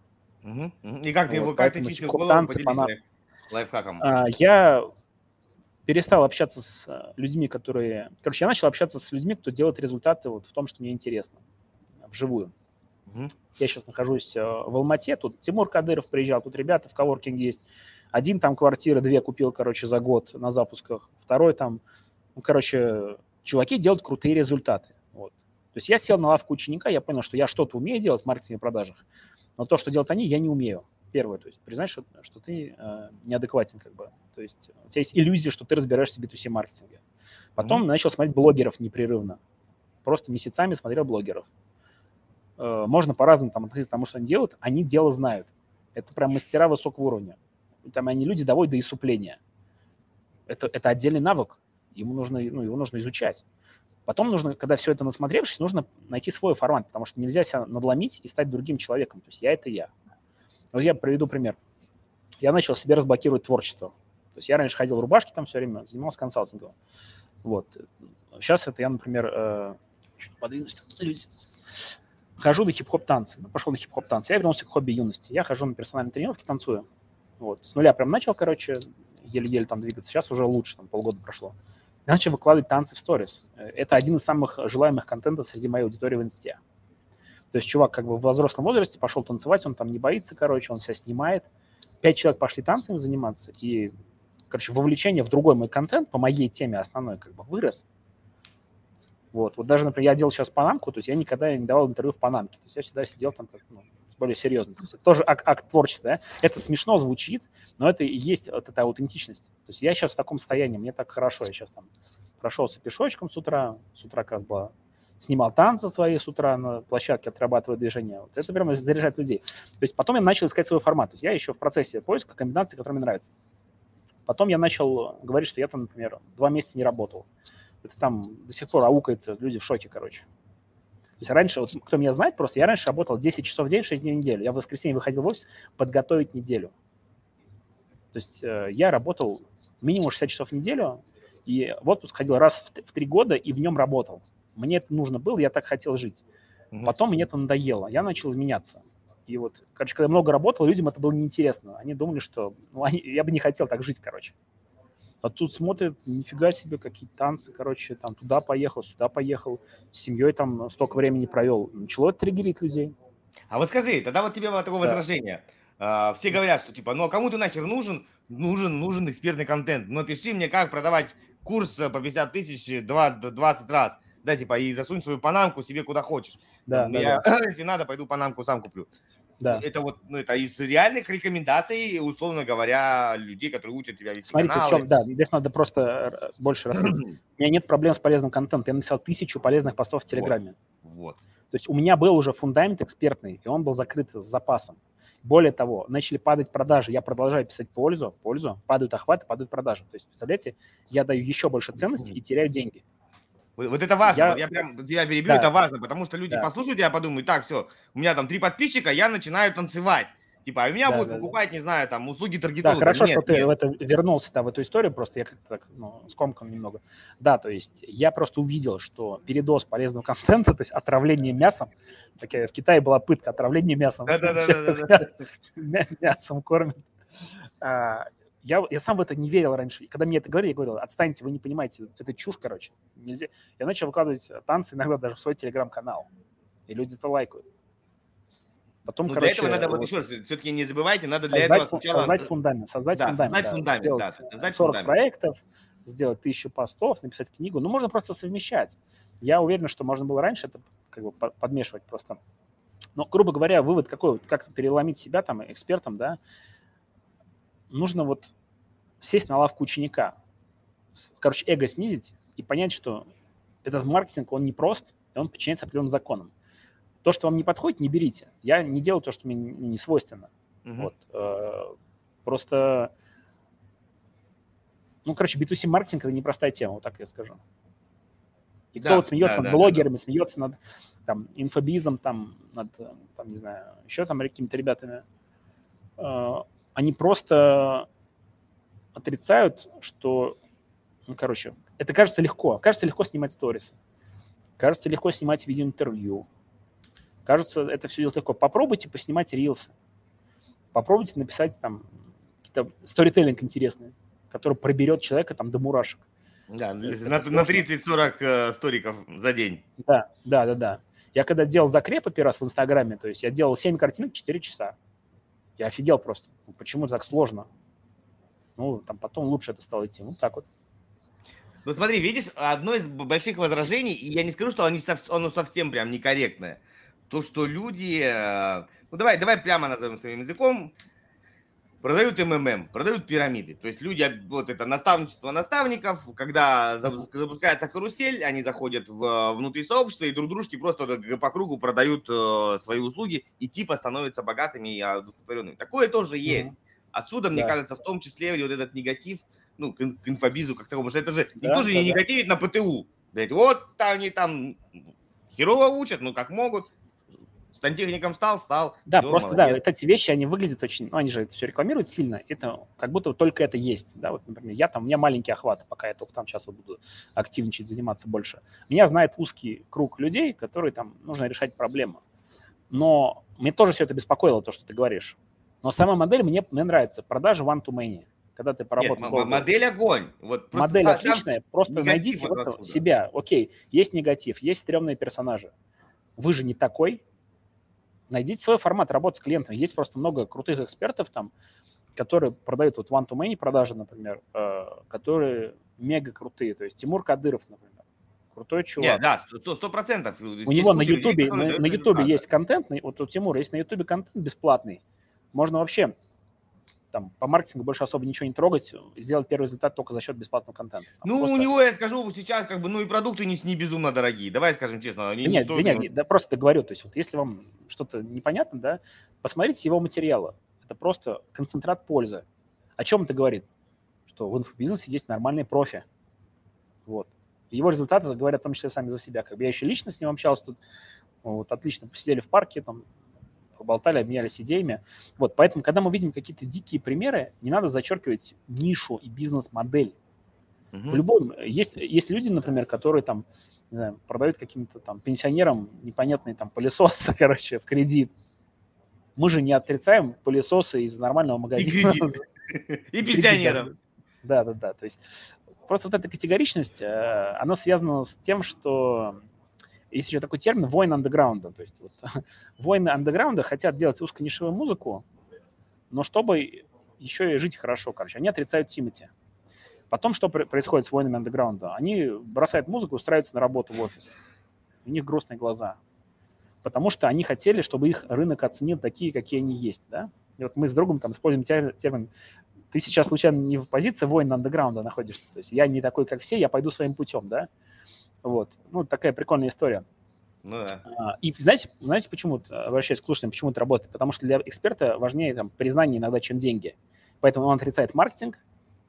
[SPEAKER 1] И как ты
[SPEAKER 2] Вот,
[SPEAKER 1] его, как ты
[SPEAKER 2] поэтому
[SPEAKER 1] чистил голову,
[SPEAKER 2] танцы,
[SPEAKER 1] поделись лайфхаком.
[SPEAKER 2] я перестал общаться с людьми, которые... Короче, я начал общаться с людьми, кто делает результаты вот в том, что мне интересно, вживую. Я сейчас нахожусь в Алмате, тут Тимур Кадыров приезжал, тут ребята в коворкинге есть. Один там квартиры 2 купил, короче, за год на запусках, второй там... Ну, короче, чуваки делают крутые результаты. Вот. То есть я сел на лавку ученика, я понял, что я что-то умею делать в маркетинге и продажах, но то, что делают они, я не умею. Первое, то есть признать, что ты неадекватен как бы. То есть у тебя есть иллюзия, что ты разбираешься в B2C-маркетинге. Потом начал смотреть блогеров непрерывно. Просто месяцами смотрел блогеров. Можно по-разному там относиться к тому, что они делают. Они дело знают. Это прям мастера высокого уровня. Там они люди доводят до исупления. Это отдельный навык. Его нужно изучать. Потом нужно, когда все это насмотревшись, нужно найти свой формат, потому что нельзя себя надломить и стать другим человеком. То есть я – это я. Вот я приведу пример. Я начал себе разблокировать творчество. То есть я раньше ходил в рубашке там все время, занимался консалтингом. Вот. Сейчас это я, например, чуть подвинусь. Хожу на хип-хоп танцы. Пошел на хип-хоп танцы. Я вернулся к хобби юности. Я хожу на персональные тренировки, танцую. Вот. С нуля прям начал, короче, еле-еле там двигаться. Сейчас уже лучше, там полгода прошло. Начал выкладывать танцы в сторис. Это один из самых желаемых контентов среди моей аудитории в инсте. То есть чувак как бы в взрослом возрасте пошел танцевать, он там не боится, короче, он себя снимает. 5 человек пошли танцами заниматься, и, короче, вовлечение в другой мой контент по моей теме основной как бы вырос. Вот даже, например, я делал сейчас панамку, то есть я никогда не давал интервью в панамке. То есть я всегда сидел там как более серьезно. То есть это тоже акт творчества. Да? Это смешно звучит, но это и есть вот эта аутентичность. То есть я сейчас в таком состоянии, мне так хорошо. Я сейчас там прошелся пешочком с утра как раз было, снимал танцы свои с утра на площадке, отрабатывая движения. Вот это прямо заряжает людей. То есть потом я начал искать свой формат. То есть я еще в процессе поиска комбинаций, которые мне нравятся. Потом я начал говорить, что я там, например, 2 месяца не работал. Это там до сих пор аукается, люди в шоке, короче. То есть раньше, вот, кто меня знает просто, я раньше работал 10 часов в день, 6 дней в неделю. Я в воскресенье выходил в офис подготовить неделю. То есть я работал минимум 60 часов в неделю, и в отпуск ходил раз в 3 года и в нем работал. Мне это нужно было, я так хотел жить. Потом мне это надоело, я начал изменяться. И вот, короче, когда я много работал, людям это было неинтересно. Они думали, что я бы не хотел так жить, короче. А тут смотрят, нифига себе, какие танцы, короче, там туда поехал, сюда поехал, с семьей там столько времени провел. Начало это триггерить людей.
[SPEAKER 1] А вот скажи, тогда вот тебе такое возражение. Все говорят, что типа, ну а кому ты нахер нужен экспертный контент. Но пиши мне, как продавать курс по 50 тысяч 20 раз. Да, типа, и засунь свою панамку себе куда хочешь.
[SPEAKER 2] Да,
[SPEAKER 1] если надо, пойду панамку сам куплю.
[SPEAKER 2] Да.
[SPEAKER 1] Это вот, это из реальных рекомендаций, условно говоря, людей, которые учат тебя вести
[SPEAKER 2] Смотрите,
[SPEAKER 1] каналы.
[SPEAKER 2] в чем, да, здесь надо просто больше рассказать. У меня нет проблем с полезным контентом. Я написал 1000 полезных постов в Телеграме.
[SPEAKER 1] Вот.
[SPEAKER 2] То есть у меня был уже фундамент экспертный, и он был закрыт с запасом. Более того, начали падать продажи. Я продолжаю писать пользу, падают охваты, падают продажи. То есть, представляете, я даю еще больше ценности и теряю деньги.
[SPEAKER 1] Вот это важно. Я прям тебя перебью, да. Это важно, потому что люди послушают тебя, подумают, так, все, у меня там 3 подписчика, я начинаю танцевать. Типа, а у меня
[SPEAKER 2] Да,
[SPEAKER 1] будут
[SPEAKER 2] да, да.
[SPEAKER 1] покупать, не знаю, там, услуги
[SPEAKER 2] Да,
[SPEAKER 1] таргетолога.
[SPEAKER 2] хорошо,
[SPEAKER 1] Нет,
[SPEAKER 2] что ты
[SPEAKER 1] нет.
[SPEAKER 2] в это вернулся, да, в эту историю, просто я как-то так, скомкан немного. Да, то есть я просто увидел, что передоз полезного контента, то есть отравление мясом, такая в Китае была пытка отравление мясом.
[SPEAKER 1] Да-да-да-да-да.
[SPEAKER 2] Мясом кормят. Я сам в это не верил раньше. И когда мне это говорили, я говорил, отстаньте, вы не понимаете, это чушь, короче. Нельзя. Я начал выкладывать танцы иногда даже в свой телеграм-канал. И люди это лайкают. Потом,
[SPEAKER 1] Ну, для этого
[SPEAKER 2] короче,
[SPEAKER 1] надо, вот
[SPEAKER 2] вот
[SPEAKER 1] еще раз, все-таки не забывайте, надо для этого сначала...
[SPEAKER 2] создать фундамент,
[SPEAKER 1] Да, создать
[SPEAKER 2] да.
[SPEAKER 1] фундамент, да,
[SPEAKER 2] Сделать
[SPEAKER 1] создать
[SPEAKER 2] 40
[SPEAKER 1] фундамент.
[SPEAKER 2] проектов, сделать 1000 постов, написать книгу. Ну, можно просто совмещать. Я уверен, что можно было раньше это как бы подмешивать просто. Но, грубо говоря, вывод какой, вот как переломить себя там экспертом, да, нужно вот сесть на лавку ученика, короче, эго снизить и понять, что этот маркетинг, он непрост, и он подчиняется определенным законам. То, что вам не подходит, не берите. Я не делаю то, что мне не свойственно. Вот. Просто, ну, короче, B2C-маркетинг – это непростая тема, вот так я скажу. И кто вот смеется над блогерами, смеется над там, инфобизом, там, над, там, не знаю, еще там какими-то ребятами, они просто отрицают, что, ну, короче, это кажется легко. Кажется легко снимать сторисы. Кажется легко снимать видеоинтервью. Кажется, это все делать легко. Попробуйте поснимать рилсы. Попробуйте написать там какие-то сторителлинг интересный, который проберет человека там до мурашек.
[SPEAKER 1] Да, на 30-40 сториков за день.
[SPEAKER 2] Да. Я когда делал закрепы первый раз в Инстаграме, то есть я делал 7 картинок 4 часа. Я офигел просто. Почему так сложно? Ну, там потом лучше это стало идти. Вот так вот.
[SPEAKER 1] Ну, смотри, видишь, одно из больших возражений, и я не скажу, что оно совсем прям некорректное, то, что люди, ну, давай прямо назовем своим языком, продают МММ, продают пирамиды. То есть люди, вот это наставничество наставников, когда запускается карусель, они заходят внутри сообщества и друг дружке просто по кругу продают свои услуги и типа становятся богатыми и одухотворенными. Такое тоже есть. Отсюда, мне кажется, в том числе вот этот негатив, ну, к инфобизу как такому, потому что это же никто же не негативит на ПТУ. Блять, вот они там херово учат, ну как могут. Сантехником стал.
[SPEAKER 2] Да,
[SPEAKER 1] все,
[SPEAKER 2] просто,
[SPEAKER 1] молодец.
[SPEAKER 2] да, вот эти вещи, они выглядят очень, ну, они же это все рекламируют сильно, это как будто только это есть, да, вот, например, у меня маленький охват, пока я только там сейчас вот буду активничать, заниматься больше. Меня знает узкий круг людей, которые там, нужно решать проблемы. Но мне тоже все это беспокоило, то, что ты говоришь. Но сама модель мне нравится, продажи one-to-many. Когда ты поработал...
[SPEAKER 1] Нет, модель огонь. Вот
[SPEAKER 2] модель отличная, просто найдите вот себя. Окей, есть негатив, есть стрёмные персонажи. Вы же не такой. Найдите свой формат работы с клиентом. Есть просто много крутых экспертов там, которые продают вот one-to-many продажи, например, которые мега крутые. То есть Тимур Кадыров, например, крутой чувак.
[SPEAKER 1] Нет, да, 100%.
[SPEAKER 2] У него на Ютубе есть контент, вот у Тимура есть на Ютубе контент бесплатный. Можно вообще там по маркетингу больше особо ничего не трогать, сделать первый результат только за счет бесплатного контента. Там
[SPEAKER 1] ну,
[SPEAKER 2] просто...
[SPEAKER 1] у него, я скажу, сейчас как бы, ну и продукты не безумно дорогие. Давай скажем честно, они не стоят.
[SPEAKER 2] Нет, да, просто говорю, то есть вот если вам что-то непонятно, да, посмотрите его материалы. Это просто концентрат пользы. О чем это говорит? Что в инфобизнесе есть нормальные профи. Вот. И его результаты говорят в том числе сами за себя. Как бы я еще лично с ним общался тут, вот, отлично посидели в парке, там, поболтали, обменялись идеями. Вот, поэтому, когда мы видим какие-то дикие примеры, не надо зачеркивать нишу и бизнес-модель. В любом... Есть люди, например, которые там, не знаю, продают каким-то там пенсионерам непонятные там пылесосы, короче, в кредит. Мы же не отрицаем пылесосы из нормального магазина.
[SPEAKER 1] И пенсионерам.
[SPEAKER 2] Да. То есть просто вот эта категоричность, она связана с тем, что есть еще такой термин «воин андеграунда». То есть вот, воины андеграунда хотят делать узконишевую музыку, но чтобы еще и жить хорошо, короче. Они отрицают Тимати. Потом что происходит с воинами андеграунда? Они бросают музыку, устраиваются на работу в офис. У них грустные глаза. Потому что они хотели, чтобы их рынок оценил такие, какие они есть. Да? И вот мы с другом там используем термин «ты сейчас случайно не в позиции воина андеграунда находишься». То есть я не такой, как все, я пойду своим путем. Да? Вот. Ну, такая прикольная история.
[SPEAKER 1] Ну да.
[SPEAKER 2] И знаете почему, обращаясь к слушателям, почему это работает? Потому что для эксперта важнее там, признание иногда, чем деньги. Поэтому он отрицает маркетинг,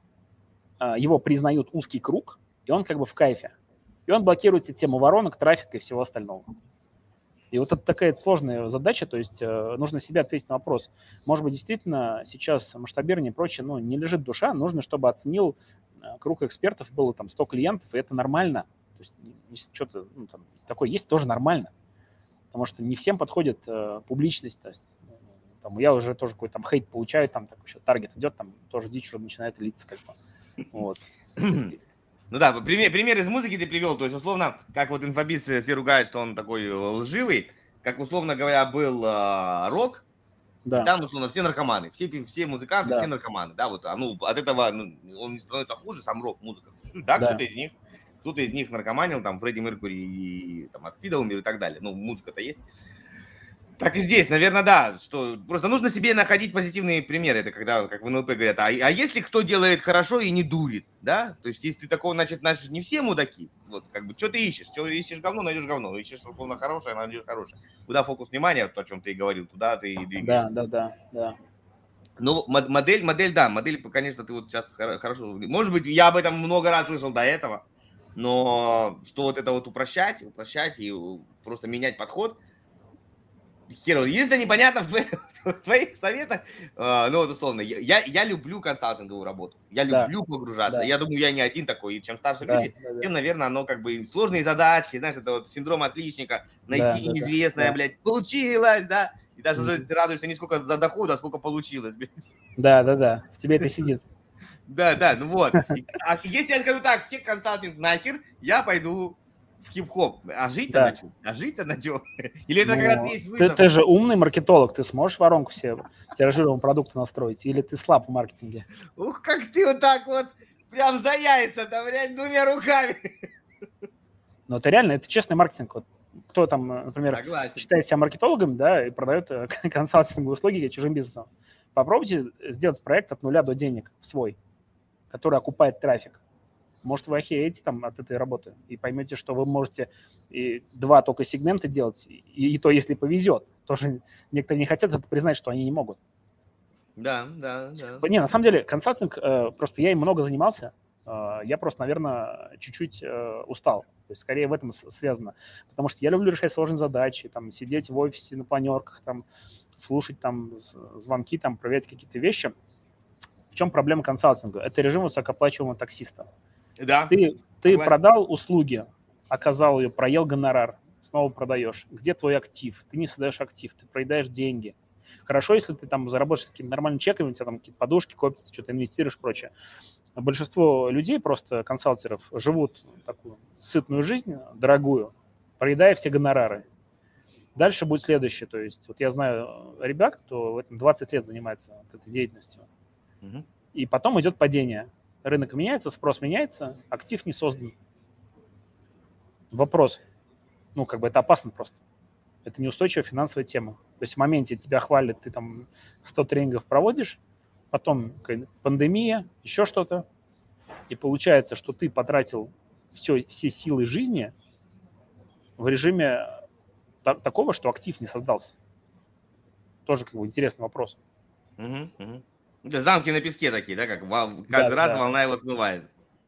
[SPEAKER 2] его признают узкий круг, и он как бы в кайфе. И он блокирует тему воронок, трафика и всего остального. И вот это такая сложная задача, то есть нужно себе ответить на вопрос. Может быть, действительно сейчас масштабирование и прочее, ну, не лежит душа, нужно, чтобы оценил круг экспертов, было там 100 клиентов, и это нормально. То есть если что-то там, такое есть, тоже нормально. Потому что не всем подходит публичность. То есть, там, я уже тоже какой-то там хейт получаю, там так вообще таргет идет, там тоже дичь уже начинает литься как бы. Вот.
[SPEAKER 1] Ну да, пример из музыки ты привел, то есть условно, как вот инфобиз все ругают, что он такой лживый, как условно говоря был рок,
[SPEAKER 2] Да.
[SPEAKER 1] там условно все наркоманы, все музыканты,
[SPEAKER 2] Да.
[SPEAKER 1] все наркоманы, да, вот, от этого он не становится хуже, сам рок-музыка, да,
[SPEAKER 2] Да.
[SPEAKER 1] кто-то из них наркоманил, там, Фредди Меркьюри и там от СПИДа умер и так далее, ну, музыка-то есть. Так и здесь, наверное, да, что просто нужно себе находить позитивные примеры. Это когда, как в НЛП говорят, а если кто делает хорошо и не дурит, да? То есть, если ты такого, значит, не все мудаки. Вот, как бы, что ты ищешь? Что ищешь говно, найдешь говно. Ищешь, условно, хорошее, найдешь хорошее. Куда фокус внимания, то, о чем ты и говорил, туда ты и двигаешься.
[SPEAKER 2] Да.
[SPEAKER 1] Ну, модель, да, модель, конечно, ты вот сейчас хорошо... Может быть, я об этом много раз слышал до этого, но что вот это вот упрощать и просто менять подход... Хер, единственное непонятно в твоих советах, ну вот условно, я люблю консалтинговую работу, я люблю погружаться, я думаю, я не один такой, и чем старше люди, тем, наверное, оно как бы сложные задачки, знаешь, это вот синдром отличника, найти неизвестное, блядь, получилось, да, и даже уже ты радуешься не сколько за дохода, а сколько получилось, блядь.
[SPEAKER 2] Да, в тебе это сидит.
[SPEAKER 1] Да, ну вот, а если я скажу так, все консалтинг нахер, я пойду в хип-хоп. А жить-то на чем? Или это как раз есть вызов?
[SPEAKER 2] Ты же умный маркетолог, ты сможешь воронку себе тиражированного продукта настроить? Или ты слаб в маркетинге?
[SPEAKER 1] Ух, как ты вот так вот прям за яйца, там, блядь, двумя руками.
[SPEAKER 2] Ну, это реально, это честный маркетинг. Вот кто там, например, считает себя маркетологом, да, и продает консалтинговые услуги чужим бизнесом. Попробуйте сделать проект от нуля до денег в свой, который окупает трафик. Может, вы охеете там от этой работы и поймете, что вы можете и 2 только сегмента делать, и то, если повезет. Тоже некоторые не хотят это признать, что они не могут.
[SPEAKER 1] Да.
[SPEAKER 2] Не, на самом деле, консалтинг, просто я им много занимался, я просто, наверное, чуть-чуть устал. То есть, скорее в этом связано. Потому что я люблю решать сложные задачи, там, сидеть в офисе на планерках, там, слушать там звонки, там, проверять какие-то вещи. В чем проблема консалтинга? Это режим высокооплачиваемого таксиста.
[SPEAKER 1] Да.
[SPEAKER 2] Ты продал услуги, оказал ее, проел гонорар, снова продаешь. Где твой актив? Ты не создаешь актив, ты проедаешь деньги. Хорошо, если ты там заработаешь такими нормальными чеками, у тебя там какие-то подушки копятся, ты что-то инвестируешь и прочее. Большинство людей, просто консалтеров, живут такую сытную жизнь, дорогую, проедая все гонорары. Дальше будет следующее. То есть вот я знаю ребят, кто в этом 20 лет занимается вот этой деятельностью. И потом идет падение. Рынок меняется, спрос меняется, актив не создан. Вопрос. Ну, как бы это опасно просто. Это неустойчивая финансовая тема. То есть в моменте тебя хвалят, ты там 100 тренингов проводишь, потом пандемия, еще что-то, и получается, что ты потратил все силы жизни в режиме такого, что актив не создался. Тоже как бы интересный вопрос.
[SPEAKER 1] Замки на песке такие, да, как каждый раз волна его смывает.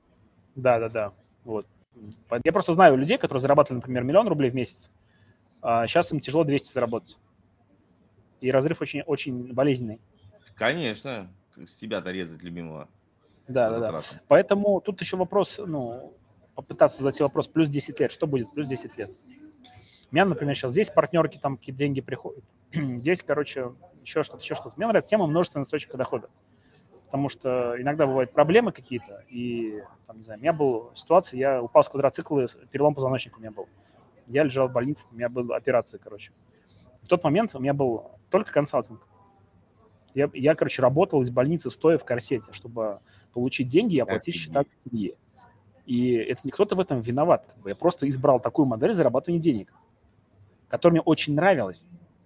[SPEAKER 2] Да. Вот. Я просто знаю людей, которые зарабатывают, например, 1 000 000 рублей в месяц, а сейчас им тяжело 200 заработать. И разрыв очень, очень болезненный.
[SPEAKER 1] Конечно, с тебя-то резать любимого.
[SPEAKER 2] Да. Поэтому тут еще вопрос, попытаться задать себе вопрос, плюс 10 лет, что будет плюс 10 лет? У меня, например, сейчас здесь партнерки, там какие-то деньги приходят. Здесь, короче, еще что-то. Мне нравится тема множественного источника дохода. Потому что иногда бывают проблемы какие-то, и, там, не знаю, у меня была ситуация, я упал с квадроцикла, перелом позвоночника у меня был. Я лежал в больнице, у меня была операция, короче. В тот момент у меня был только консалтинг. Я, короче, работал из больницы стоя в корсете, чтобы получить деньги и оплатить счета семьи. И это не кто-то в этом виноват. Я просто избрал такую модель зарабатывания денег, которая мне очень нравилась.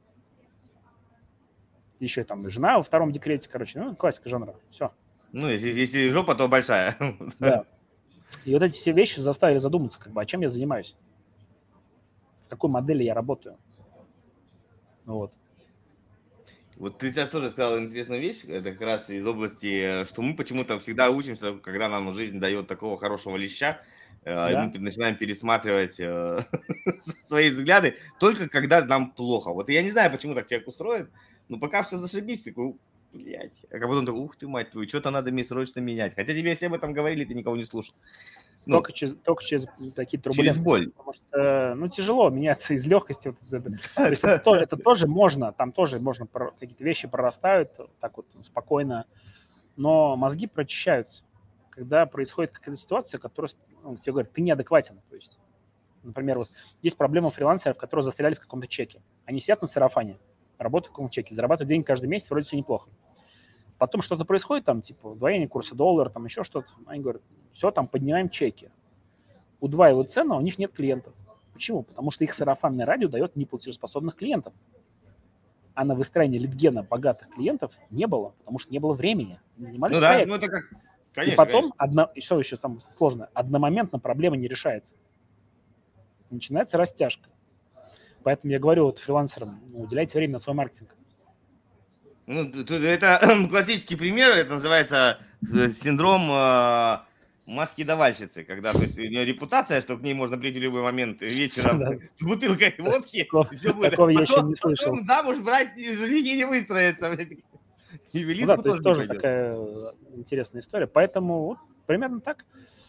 [SPEAKER 2] Еще там жена во втором декрете, короче, классика жанра. Все.
[SPEAKER 1] Ну, если жопа, то большая.
[SPEAKER 2] Да. И вот эти все вещи заставили задуматься, как бы, о чем я занимаюсь, в какой модели я работаю. Вот.
[SPEAKER 1] Вот ты сейчас тоже сказал интересную вещь, это как раз из области, что мы почему-то всегда учимся, когда нам жизнь дает такого хорошего леща, И мы начинаем пересматривать свои взгляды только когда нам плохо. Вот я не знаю, почему так человек устроен, но пока все зашибись, такой, блядь. А потом такой, ух ты, мать твою, что-то надо мне срочно менять. Хотя тебе все об этом говорили, ты никого не слушал.
[SPEAKER 2] Только через такие турбулентности.
[SPEAKER 1] Через боль.
[SPEAKER 2] Потому что, тяжело меняться из легкости. То есть это тоже можно, там тоже можно, какие-то вещи прорастают так вот спокойно, но мозги прочищаются, когда происходит какая-то ситуация, которая, тебе говорят, ты неадекватен. То есть, например, вот есть проблема фрилансеров, которые застряли в каком-то чеке. Они сидят на сарафане, работают в каком-то чеке, зарабатывают деньги каждый месяц, вроде все неплохо. Потом что-то происходит, там, типа, удвоение курса доллара, там еще что-то. Они говорят, все, там, поднимаем чеки. Удваивают цену, а у них нет клиентов. Почему? Потому что их сарафанное радио дает неплатежеспособных клиентов. А на выстраивание лидгена богатых клиентов не было, потому что не было времени. Не занимались проектом.
[SPEAKER 1] Это как... Конечно,
[SPEAKER 2] и потом, что еще самое сложное, одномоментно проблема не решается. Начинается растяжка. Поэтому я говорю вот фрилансерам, уделяйте время на свой маркетинг.
[SPEAKER 1] Это классический пример, это называется синдром маски-давальщицы, когда, то есть, у нее репутация, что к ней можно прийти в любой момент вечером с бутылкой водки, и все будет.
[SPEAKER 2] Такого я еще не слышал.
[SPEAKER 1] Потом замуж брать женихи не выстроится.
[SPEAKER 2] Да, то есть тоже такая интересная история. Поэтому вот примерно так.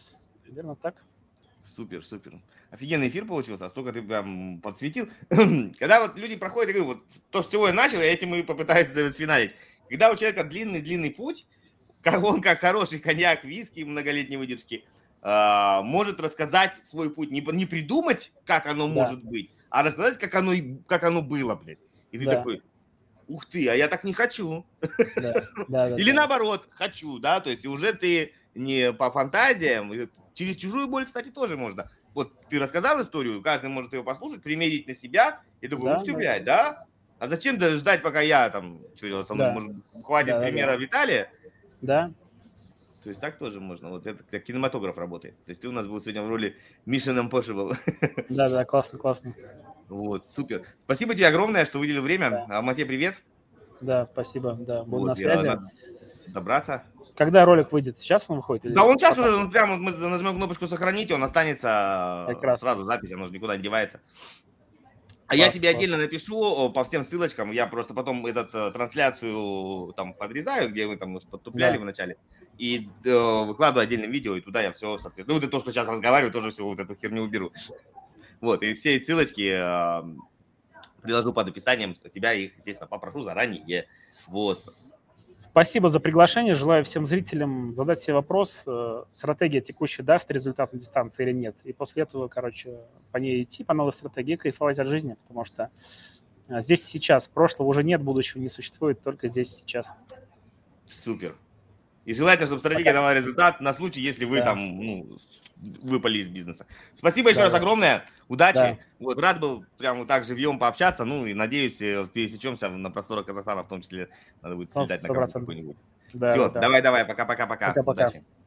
[SPEAKER 1] Супер. Офигенный эфир получился, столько ты прям подсветил. Когда вот люди проходят, я говорю, вот то, с чего я начал, я этим и попытаюсь сфиналить. Когда у человека длинный путь, как он, как хороший коньяк, виски многолетней выдержки, может рассказать свой путь, не придумать, как оно может быть, а рассказать, как оно было, блядь. И ты такой, ух ты, а я так не хочу. Или наоборот, хочу, да, то есть уже ты не по фантазиям, через чужую боль, кстати, тоже можно. Вот ты рассказал историю, каждый может ее послушать, примерить на себя, и такой, ух ты, блядь, да? А зачем ждать, пока я там, что делать со мной, может, хватит примера Виталия?
[SPEAKER 2] Да.
[SPEAKER 1] То есть так тоже можно. Вот это как кинематограф работает. То есть ты у нас был сегодня в роли Mission Impossible.
[SPEAKER 2] Да, классно.
[SPEAKER 1] Вот, супер. Спасибо тебе огромное, что выделил время. Алмате, привет.
[SPEAKER 2] Да, спасибо, да, буду на связи.
[SPEAKER 1] Добраться.
[SPEAKER 2] Когда ролик выйдет? Сейчас он выходит?
[SPEAKER 1] Да, он сейчас уже, прямо мы нажмем кнопочку «Сохранить», он останется сразу запись, оно же никуда не девается. Я тебе отдельно напишу по всем ссылочкам, я просто потом трансляцию там подрезаю, где мы там подтупляли в начале, и выкладываю отдельное видео, и туда я все, соответственно, вот и то, что сейчас разговариваю, тоже всю вот эту херню уберу. Вот, и все ссылочки приложу под описанием, тебя их, естественно, попрошу заранее. Вот.
[SPEAKER 2] Спасибо за приглашение. Желаю всем зрителям задать себе вопрос, стратегия текущая даст результат на дистанции или нет. И после этого, по ней идти, по новой стратегии, кайфовать от жизни, потому что здесь сейчас, прошлого уже нет, будущего не существует, только здесь сейчас.
[SPEAKER 1] Супер. И желательно, чтобы стратегия дала результат на случай, если вы выпали из бизнеса. Спасибо еще раз огромное. Удачи. Вот, рад был прямо вот так живьем пообщаться. И надеюсь, пересечемся на просторах Казахстана, в том числе надо будет слетать на какой-нибудь. Все, давай, пока-пока.
[SPEAKER 2] Удачи.